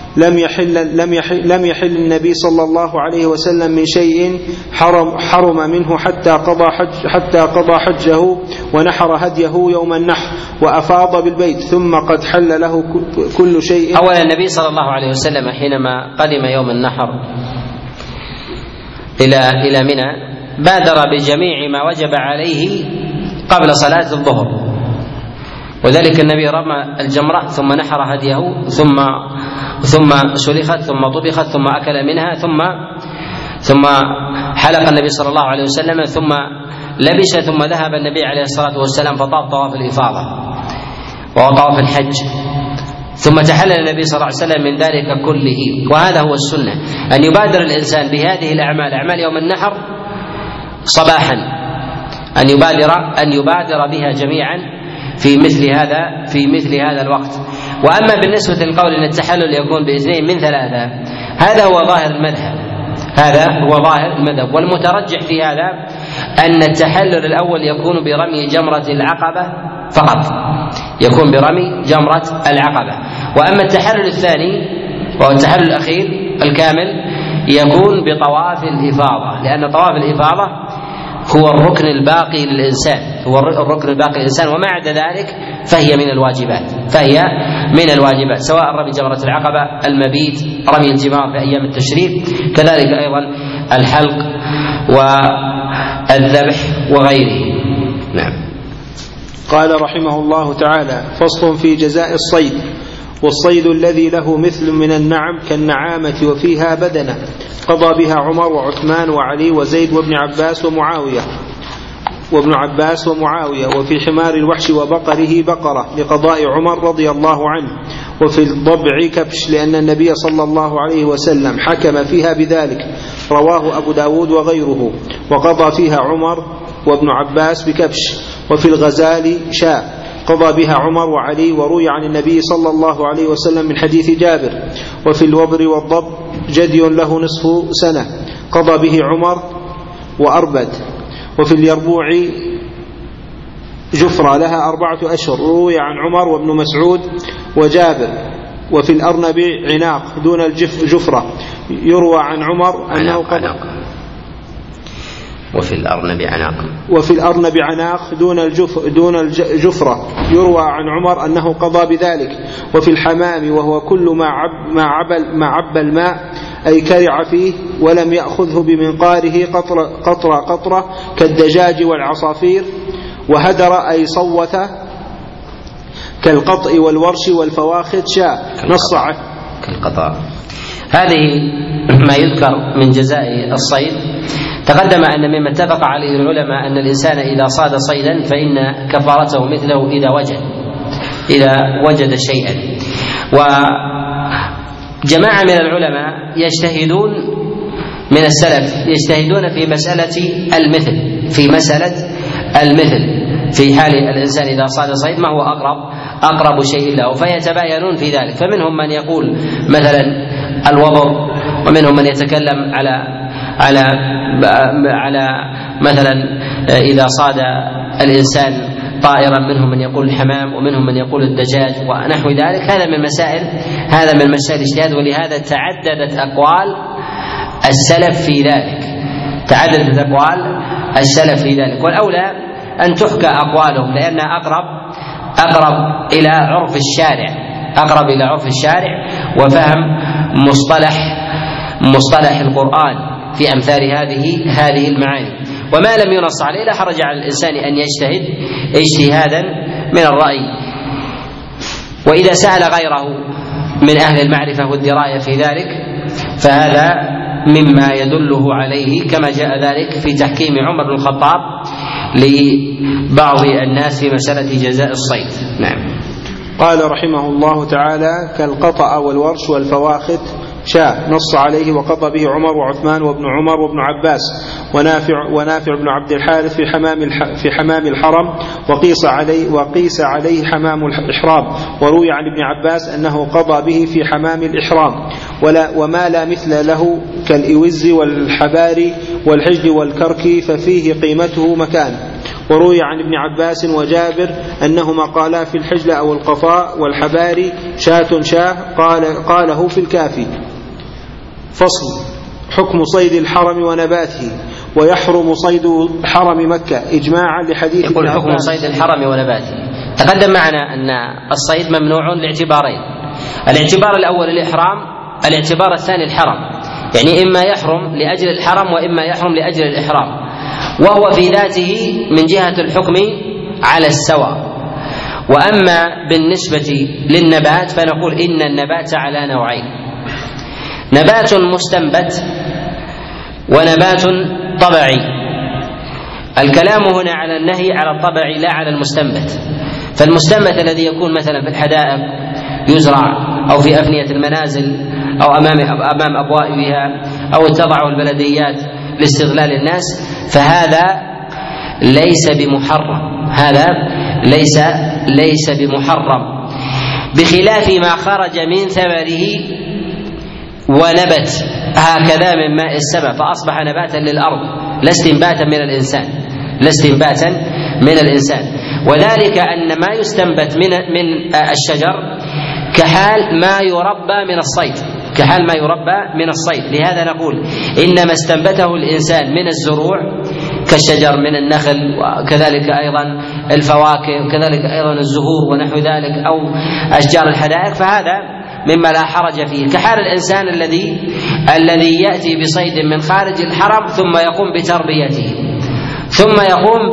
لم يحل النبي صلى الله عليه وسلم من شيء حرم منه حتى قضى حجه ونحر هديه يوم النحر وأفاض بالبيت، ثم قد حل له كل شيء. أولا النبي صلى الله عليه وسلم حينما قدم يوم النحر إلى منى بادر بجميع ما وجب عليه قبل صلاة الظهر، وذلك النبي رمى الجمرة ثم نحر هديه ثم سلخت ثم طبخت ثم أكل منها ثم حلق النبي صلى الله عليه وسلم ثم لبس، ثم ذهب النبي عليه الصلاة والسلام فطاف طواف الإفاضة وهو طواف الحج، ثم تحلل النبي صلى الله عليه وسلم من ذلك كله. وهذا هو السنة، أن يبادر الإنسان بهذه الأعمال، أعمال يوم النحر صباحا، أن يبادر بها جميعا في مثل هذا الوقت. وأما بالنسبة للقول أن التحلل يكون ب2 من 3، هذا هو ظاهر المذهب، والمترجح في هذا أن التحلل الأول يكون برمي جمرة العقبة فقط، يكون برمي جمرة العقبة. وأما التحلل الثاني وهو التحلل الأخير الكامل يكون بطواف الإفاضة، لأن طواف الإفاضة هو الركن الباقي للإنسان، هو الركن الباقي للإنسان، وما عدا ذلك فهي من الواجبات، سواء رمي جمرة العقبة، المبيت، رمي الجمار في أيام التشريق، كذلك أيضا الحلق والذبح وغيره. نعم. قال رحمه الله تعالى: فصل في جزاء الصيد. والصيد الذي له مثل من النعم كالنعامة وفيها بدنة قضى بها عمر وعثمان وعلي وزيد وابن عباس ومعاوية وفي حمار الوحش وبقره بقرة لقضاء عمر رضي الله عنه، وفي الضبع كبش لأن النبي صلى الله عليه وسلم حكم فيها بذلك، رواه أبو داود وغيره، وقضى فيها عمر وابن عباس بكبش. وفي الغزال شاء قضى بها عمر وعلي، وروي عن النبي صلى الله عليه وسلم من حديث جابر. وفي الوبر والضب جدي له نصف سنة قضى به عمر وأربد. وفي اليربوع جفرة لها 4 أشهر روي عن عمر وابن مسعود وجابر. وفي الأرنب عناق دون الجفرة يروى عن عمر أنه قضى. وفي الأرنب عناق دون الجفرة يروى عن عمر أنه قضى بذلك. وفي الحمام وهو كل ما عب الماء أي كرع فيه ولم يأخذه بمنقاره قطرة كالدجاج والعصافير. وهدر أي صوت كالقطء والورش والفواخذ شاء نص كالقطاع. هذه ما يذكر من جزاء الصيد. تقدم أن مما اتفق عليه العلماء أن الإنسان إذا صاد صيدا فإن كفارته مثله إذا وجد شيئا. وجماعة من العلماء يجتهدون من السلف يجتهدون في مسألة المثل في حال الإنسان إذا صاد صيد ما هو أقرب شيء له، فيتباينون في ذلك. فمنهم من يقول مثلا الوبر، ومنهم من يتكلم على مثلا إذا صاد الإنسان طائرا، منهم من يقول الحمام، ومنهم من يقول الدجاج ونحو ذلك. هذا من مسائل الاجتهاد، ولهذا تعددت أقوال السلف في ذلك. والأولى أن تحكى أقوالهم لأنها أقرب إلى عرف الشارع وفهم مصطلح القرآن في أمثال هذه المعاني. وما لم ينص عليه لا حرج على الإنسان أن يجتهد اجتهادا من الرأي. وإذا سأل غيره من أهل المعرفة والدراية في ذلك فهذا مما يدله عليه، كما جاء ذلك في تحكيم عمر بن الخطاب لبعض الناس في مسألة جزاء الصيد. نعم. قال رحمه الله تعالى: كالقطأ والورش والفواخذ شاء نص عليه وقضى به عمر وعثمان وابن عمر وابن عباس ونافع بن عبد الحارث في حمام الحرم، وقيس عليه حمام الإحرام. وروي عن ابن عباس أنه قضى به في حمام الإحرام. وما لا مثل له كالإوز والحبار والحجل والكرك ففيه قيمته مكان. وروي عن ابن عباس وجابر أنهما قالا في الحجل أو القفاء والحبار شاة قاله في الكافي. فصل: حكم صيد الحرم ونباته. ويحرم صيد حرم مكة إجماعا لحديث ابن عباس. حكم صيد الحرم ونباته. تقدم معنا أن الصيد ممنوع لاعتبارين: الاعتبار الأول الإحرام، الاعتبار الثاني الحرم، يعني إما يحرم لأجل الحرم وإما يحرم لأجل الإحرام، وهو في ذاته من جهة الحكم على السواء. وأما بالنسبة للنبات فنقول إن النبات على نوعين: نبات مستنبت ونبات طبعي. الكلام هنا على النهي على الطبع لا على المستنبت. فالمستنبت الذي يكون مثلا في الحدائق يزرع أو في أفنية المنازل أو أمام أبوابها أو تضعه البلديات لاستغلال الناس، فهذا ليس بمحرم، بخلاف ما خرج من ثمره ونبت هكذا من ماء السماء فأصبح نباتا للأرض لا استنباتا من الإنسان. وذلك أن ما يستنبت من الشجر كحال ما يربى من الصيد، لهذا نقول إنما استنبته الإنسان من الزروع كالشجر من النخل، وكذلك أيضا الفواكه، وكذلك أيضا الزهور ونحو ذلك، أو أشجار الحدائق، فهذا مما لا حرج فيه، كحال الإنسان الذي يأتي بصيد من خارج الحرم ثم يقوم بتربيته، ثم يقوم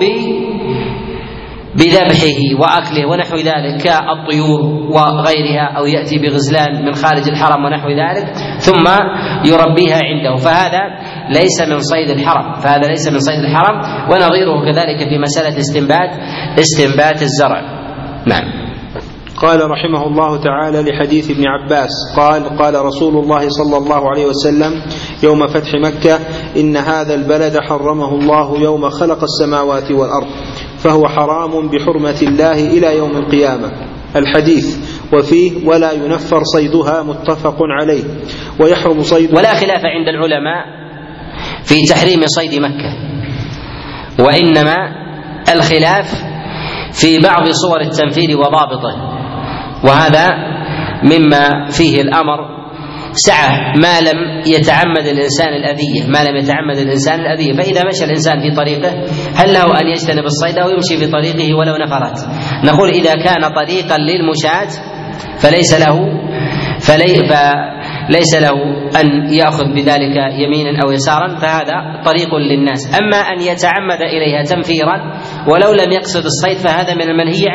بذبحه وأكله ونحو ذلك كالطيور وغيرها، أو يأتي بغزلان من خارج الحرم ونحو ذلك ثم يربيها عنده، فهذا ليس من صيد الحرم، ونظيره كذلك في مسألة استنبات الزرع. نعم. قال رحمه الله تعالى: لحديث ابن عباس قال رسول الله صلى الله عليه وسلم يوم فتح مكة: إن هذا البلد حرمه الله يوم خلق السماوات والأرض، فهو حرام بحرمة الله إلى يوم القيامة. الحديث وفيه: ولا ينفر صيدها، متفق عليه. ويحرم صيدها. ولا خلاف عند العلماء في تحريم صيد مكة، وإنما الخلاف في بعض صور التنفير وضابطه، وهذا مما فيه الأمر سعة ما لم يتعمد الإنسان الأذية، فإذا مشى الإنسان في طريقه هل له أن يجتنب الصيد أو يمشي في طريقه ولو نفرت؟ نقول إذا كان طريقا للمشاة فليس له أن يأخذ بذلك يمينا أو يسارا، فهذا طريق للناس. أما أن يتعمد إليها تنفيرا ولو لم يقصد الصيد فهذا من المنهي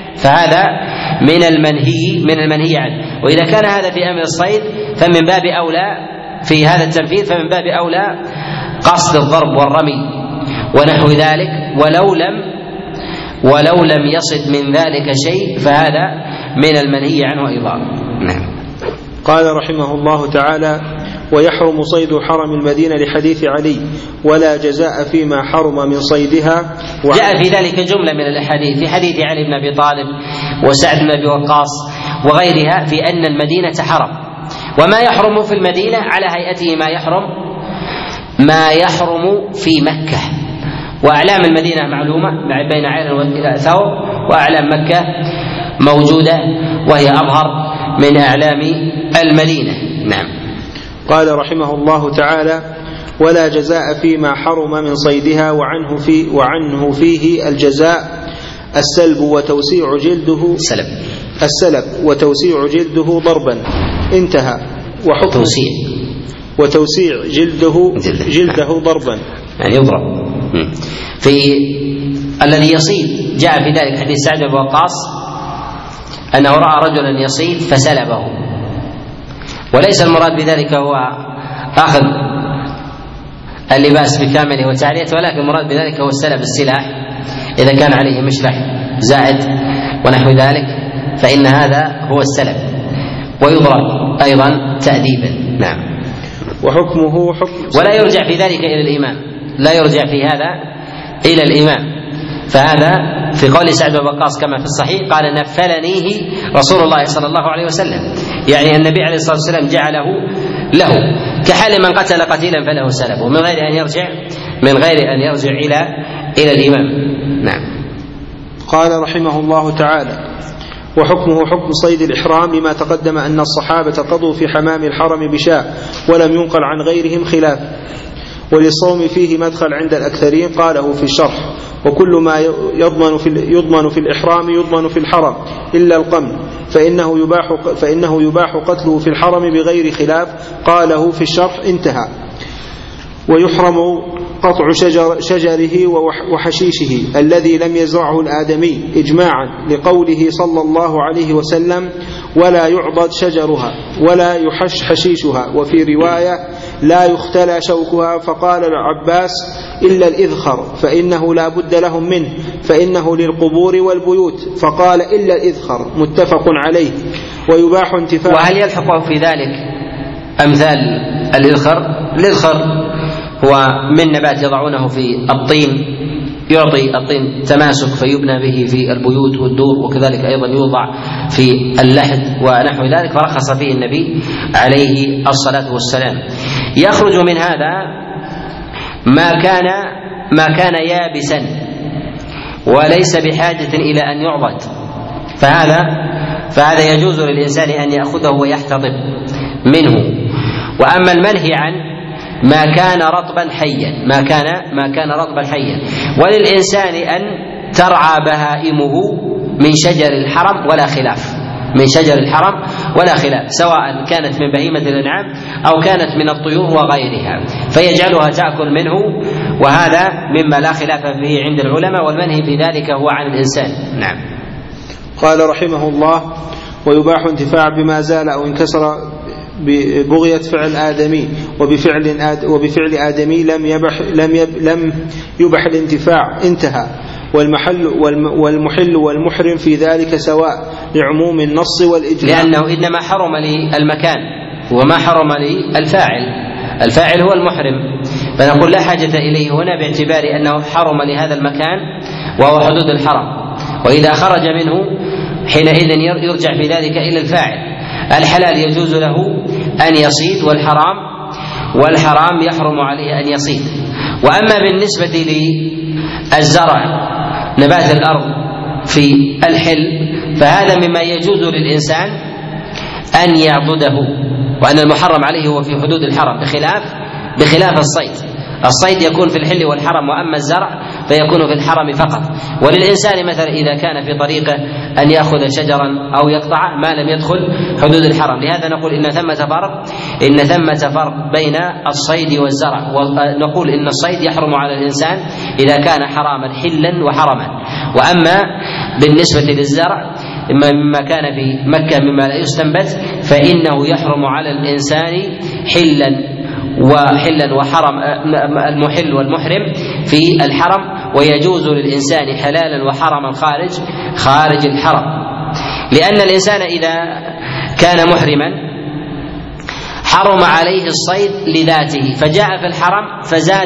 عنه، وإذا كان هذا في أمر الصيد فمن باب أولى في هذا التنفيذ، فمن باب أولى قصد الضرب والرمي ونحو ذلك، ولو لم يصد من ذلك شيء فهذا من المنهي عنه أيضا. نعم. قال رحمه الله تعالى: ويحرم صيد حرم المدينة لحديث علي: ولا جزاء فيما حرم من صيدها. جاء في ذلك جملة من الأحاديث، في حديث علي بن أبي طالب وسعد بن أبي وقاص وغيرها، في أن المدينة حرم، وما يحرم في المدينة على هيئته ما يحرم في مكة. وأعلام المدينة معلومة بين عين وثور، وأعلام مكة موجودة وهي أظهر من أعلام المدينة. نعم. قال رحمه الله تعالى: ولا جزاء فيما حرم من صيدها، وعنه فيه الجزاء السلب وتوسيع جلده ضربا، انتهى. وحكم وتوسيع جلده ضربا، يعني يضرب. في الذي يصيد جاء في ذلك حديث سعد بن وقاص أنه رأى رجلا يصيد فسلبه، وليس المراد بذلك هو أخذ اللباس بكامله وتعريته، ولكن المراد بذلك هو سلب السلاح إذا كان عليه مشلح زائد ونحو ذلك، فإن هذا هو السلب، ويضرب أيضا تأديبا. نعم. وحكمه حكم، ولا يرجع في ذلك إلى الإمام، لا يرجع في هذا إلى الإمام، فهذا في قول سعد بن وقاص كما في الصحيح قال: نفلنيه رسول الله صلى الله عليه وسلم، يعني النبي عليه الصلاة والسلام جعله له، كحال من قتل قتيلا فله سلبه، من غير أن يرجع إلى الإمام. نعم. قال رحمه الله تعالى: وحكمه حكم صيد الإحرام، لما تقدم أن الصحابة قضوا في حمام الحرم بشاء، ولم ينقل عن غيرهم خلاف. وللصوم فيه مدخل عند الأكثرين، قاله في الشرح: وكل ما يضمن في الإحرام يضمن في الحرم إلا القمل، فإنه يباح قتله في الحرم بغير خلاف، قاله في الشرح، انتهى. ويحرم قطع شجره وحشيشه الذي لم يزرعه الآدمي إجماعا، لقوله صلى الله عليه وسلم: ولا يعضد شجرها ولا يحش حشيشها. وفي رواية: لا يختلى شوكها. فقال العباس: إلا الإذخر فإنه لا بد لهم منه، فإنه للقبور والبيوت. فقال: إلا الإذخر، متفق عليه. ويباح انتفاع. وهل يلحق في ذلك أمثال الإذخر؟ الإذخر هو من نبات يضعونه في الطين، يعطي الطين تماسك فيبنى به في البيوت والدور، وكذلك أيضا يوضع في اللحد ونحو ذلك، فرخص فيه النبي عليه الصلاة والسلام. يخرج من هذا ما كان يابسا وليس بحاجة إلى أن يعضد، فهذا يجوز للإنسان أن يأخذه ويحتضب منه. وأما المنهي عنه ما كان رطبا حيا، ما كان رطبا حيا. وللإنسان أن ترعى بهائمه من شجر الحرم ولا خلاف، من شجر الحرم ولا خلاف، سواء كانت من بهيمة الأنعام أو كانت من الطيور وغيرها، فيجعلها تأكل منه، وهذا مما لا خلاف فيه عند العلماء، والمنهي في ذلك هو عن الإنسان. نعم. قال رحمه الله: ويباح انتفاع بما زال أو انكسر ببغية فعل آدمي، وبفعل آدمي لم يبح الانتفاع، انتهى. والمحل والمحرم في ذلك سواء لعموم النص والإجماع، لأنه إنما حرم لي المكان وما حرم لي الفاعل هو المحرم، فنقول لا حاجة إليه هنا باعتبار أنه حرم لهذا المكان وهو حدود الحرم، وإذا خرج منه حينئذ يرجع في ذلك إلى الفاعل. الحلال يجوز له أن يصيد، والحرام يحرم عليه أن يصيد. وأما بالنسبة للزرع نبات الأرض في الحل فهذا مما يجوز للإنسان أن يعضده، وأن المحرم عليه هو في حدود الحرم، بخلاف الصيد يكون في الحل والحرم، وأما الزرع فيكون في الحرم فقط. وللإنسان مثلا إذا كان في طريقه أن يأخذ شجرا أو يقطعه ما لم يدخل حدود الحرم. لهذا نقول إن ثمة فرق بين الصيد والزرع، ونقول إن الصيد يحرم على الإنسان إذا كان حراما حلا وحرما. وأما بالنسبة للزرع مما كان في مكة مما لا يستنبت فإنه يحرم على الإنسان حلا وحرم، المحل والمحرم في الحرم، ويجوز للإنسان حلالا وحرما خارج الحرم. لأن الإنسان إذا كان محرما حرم عليه الصيد لذاته، فجاء في الحرم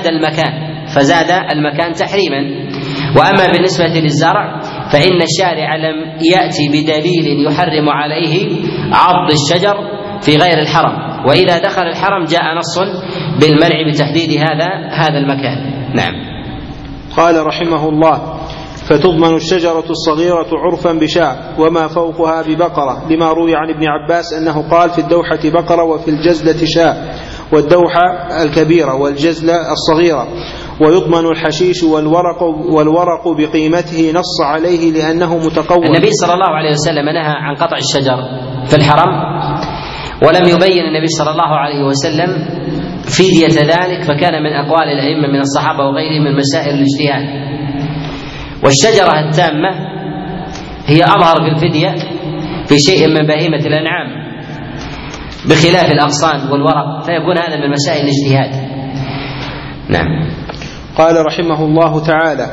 فزاد المكان تحريما. وأما بالنسبة للزرع فإن الشارع لم يأتي بدليل يحرم عليه عض الشجر في غير الحرم، وإذا دخل الحرم جاء نص بالمنع بتحديد هذا المكان. نعم. قال رحمه الله: فتضمن الشجرة الصغيرة عرفا بشاء وما فوقها ببقرة، لما روي عن ابن عباس أنه قال: في الدوحة بقرة وفي الجزلة شاء، والدوحة الكبيرة والجزلة الصغيرة. ويضمن الحشيش والورق بقيمته، نص عليه لأنه متقوم. النبي صلى الله عليه وسلم نهى عن قطع الشجر في الحرم، ولم يبين النبي صلى الله عليه وسلم فدية ذلك، فكان من أقوال الأئمة من الصحابة وغيرهم من مسائل الاجتهاد. والشجرة التامة هي أظهر في الفدية في شيء من بهيمة الأنعام بخلاف الأغصان والورق، فيكون هذا من مسائل الاجتهاد. نعم. قال رحمه الله تعالى: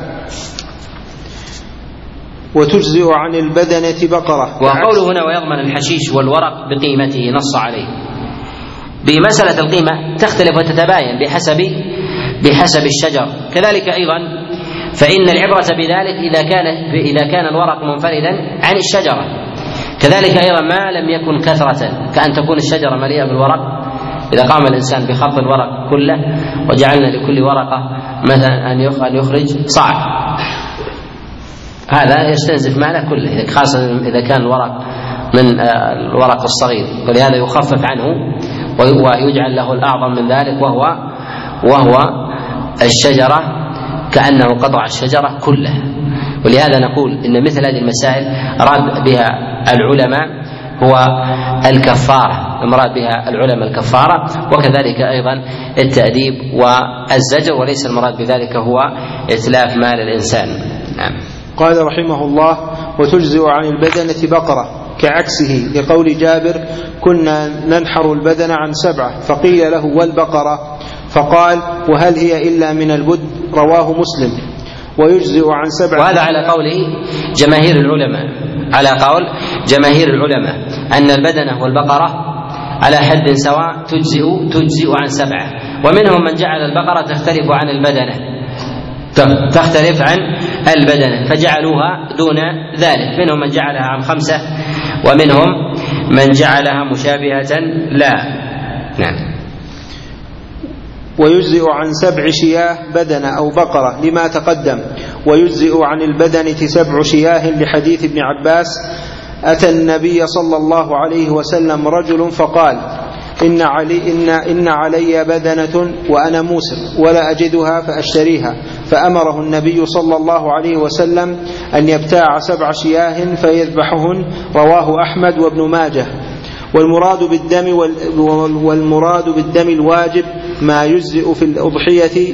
وتجزئ عن البدنة بقرة. وقوله هنا ويضمن الحشيش والورق بقيمته نص عليه. بمسألة القيمة تختلف وتتباين بحسب الشجر. كذلك أيضا فإن العبرة بذلك إذا كان الورق منفردا عن الشجرة. كذلك أيضا ما لم يكن كثرة، كأن تكون الشجرة مليئة بالورق، إذا قام الإنسان بخط الورق كله وجعلنا لكل ورقة مثلا أن يخرج صاع، هذا يستنزف ماله كله، خاصة إذا كان الورق من الورق الصغير، ولهذا يخفف عنه ويجعل له الأعظم من ذلك وهو الشجرة، كأنه قطع الشجرة كلها. ولهذا نقول إن مثل هذه المسائل أراد بها العلماء هو الكفارة، المراد بها العلماء الكفارة، وكذلك أيضا التأديب والزجر، وليس المراد بذلك هو إتلاف مال الإنسان. نعم. قال رحمه الله: وتجزئ عن البدنة بقرة، كعكسه لقول جابر: كنا ننحر البدن عن 7، فقيل له: والبقرة؟ فقال: وهل هي إلا من البد؟ رواه مسلم. ويجزئ عن 7. وهذا على قول جماهير العلماء أن البدنة والبقرة على حد سواء تجزئ عن 7. ومنهم من جعل البقرة تختلف عن البدنة فجعلوها دون ذلك، منهم من جعلها عن 5 ومنهم من جعلها مشابهة لا. نعم. ويجزئ عن 7 شياه بدنة أو بقرة لما تقدم. ويجزئ عن البدنة 7 شياه لحديث ابن عباس: أتى النبي صلى الله عليه وسلم رجل فقال: إن علي بدنة وأنا موسر ولا أجدها فأشتريها، فأمره النبي صلى الله عليه وسلم أن يبتاع 7 شياه فيذبحهن. رواه أحمد وابن ماجه. والمراد بالدم الواجب ما يجزئ في الأضحية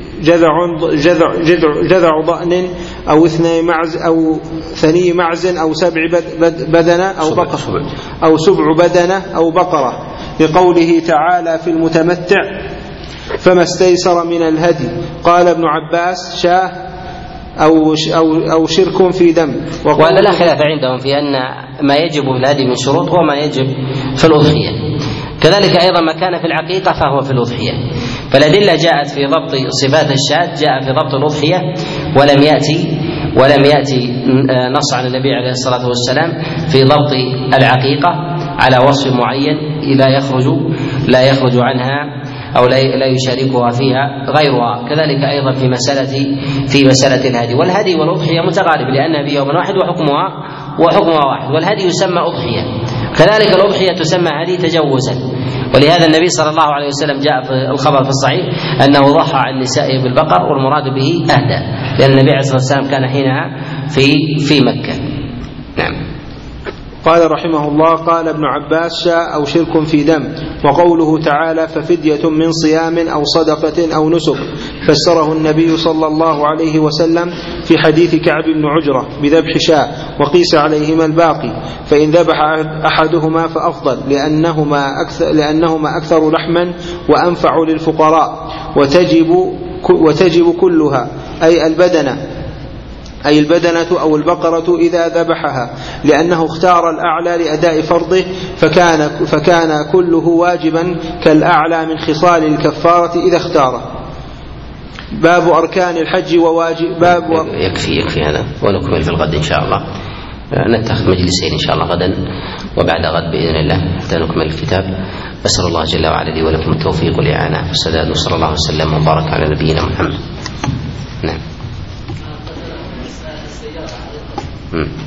جذع ضأن أو ثني معز أو 7 بدنة أو 7 بدنة أو بقرة، لقوله تعالى في المتمتع فما استيسر من الهدي. قال ابن عباس شاه أو شرك في دم. وهذا لا خلاف عندهم في أن ما يجب في الهدي من شروط هو ما يجب في الأضحية، كذلك أيضا ما كان في العقيقة فهو في الأضحية. فالأدلة جاءت في ضبط صفات الشاة، جاء في ضبط الأضحية، ولم يأتي نص عن النبي عليه الصلاة والسلام في ضبط العقيقة على وصف معين لا يخرج عنها أو لا يشاركها فيها غيرها. كذلك أيضا في مسألة الهدي. والهدي والأضحية متقارب لأنها في يوم واحد وحكمها واحد، والهدي يسمى أضحية، كذلك الأضحية تسمى هدي تجوزا. ولهذا النبي صلى الله عليه وسلم جاء في الخبر في الصحيح أنه ضحى عن نسائه بالبقر، والمراد به أهدى، لأن النبي عليه الصلاة والسلام كان حينها في مكة. نعم. قال رحمه الله: قال ابن عباس شاء أو شرك في دم. وقوله تعالى ففدية من صيام أو صدقة أو نسك فسره النبي صلى الله عليه وسلم في حديث كعب بن عجرة بذبح شاء، وقيس عليهما الباقي، فإن ذبح أحدهما فأفضل لأنهما أكثر لحما وأنفع للفقراء. وتجب كلها أي البدنة أو البقرة إذا ذبحها، لأنه اختار الأعلى لأداء فرضه، فكان كله واجبا كالأعلى من خصال الكفارة إذا اختاره. باب أركان الحج وواجب. يكفي هذا، ونكمل في الغد إن شاء الله. نتخذ مجلسين إن شاء الله غدا وبعد غد بإذن الله حتى نكمل الكتاب. أسأل الله جل وعلا لي ولكم التوفيق والإعانة والسداد، وصلى الله وسلم وبارك على نبينا محمد. نعم.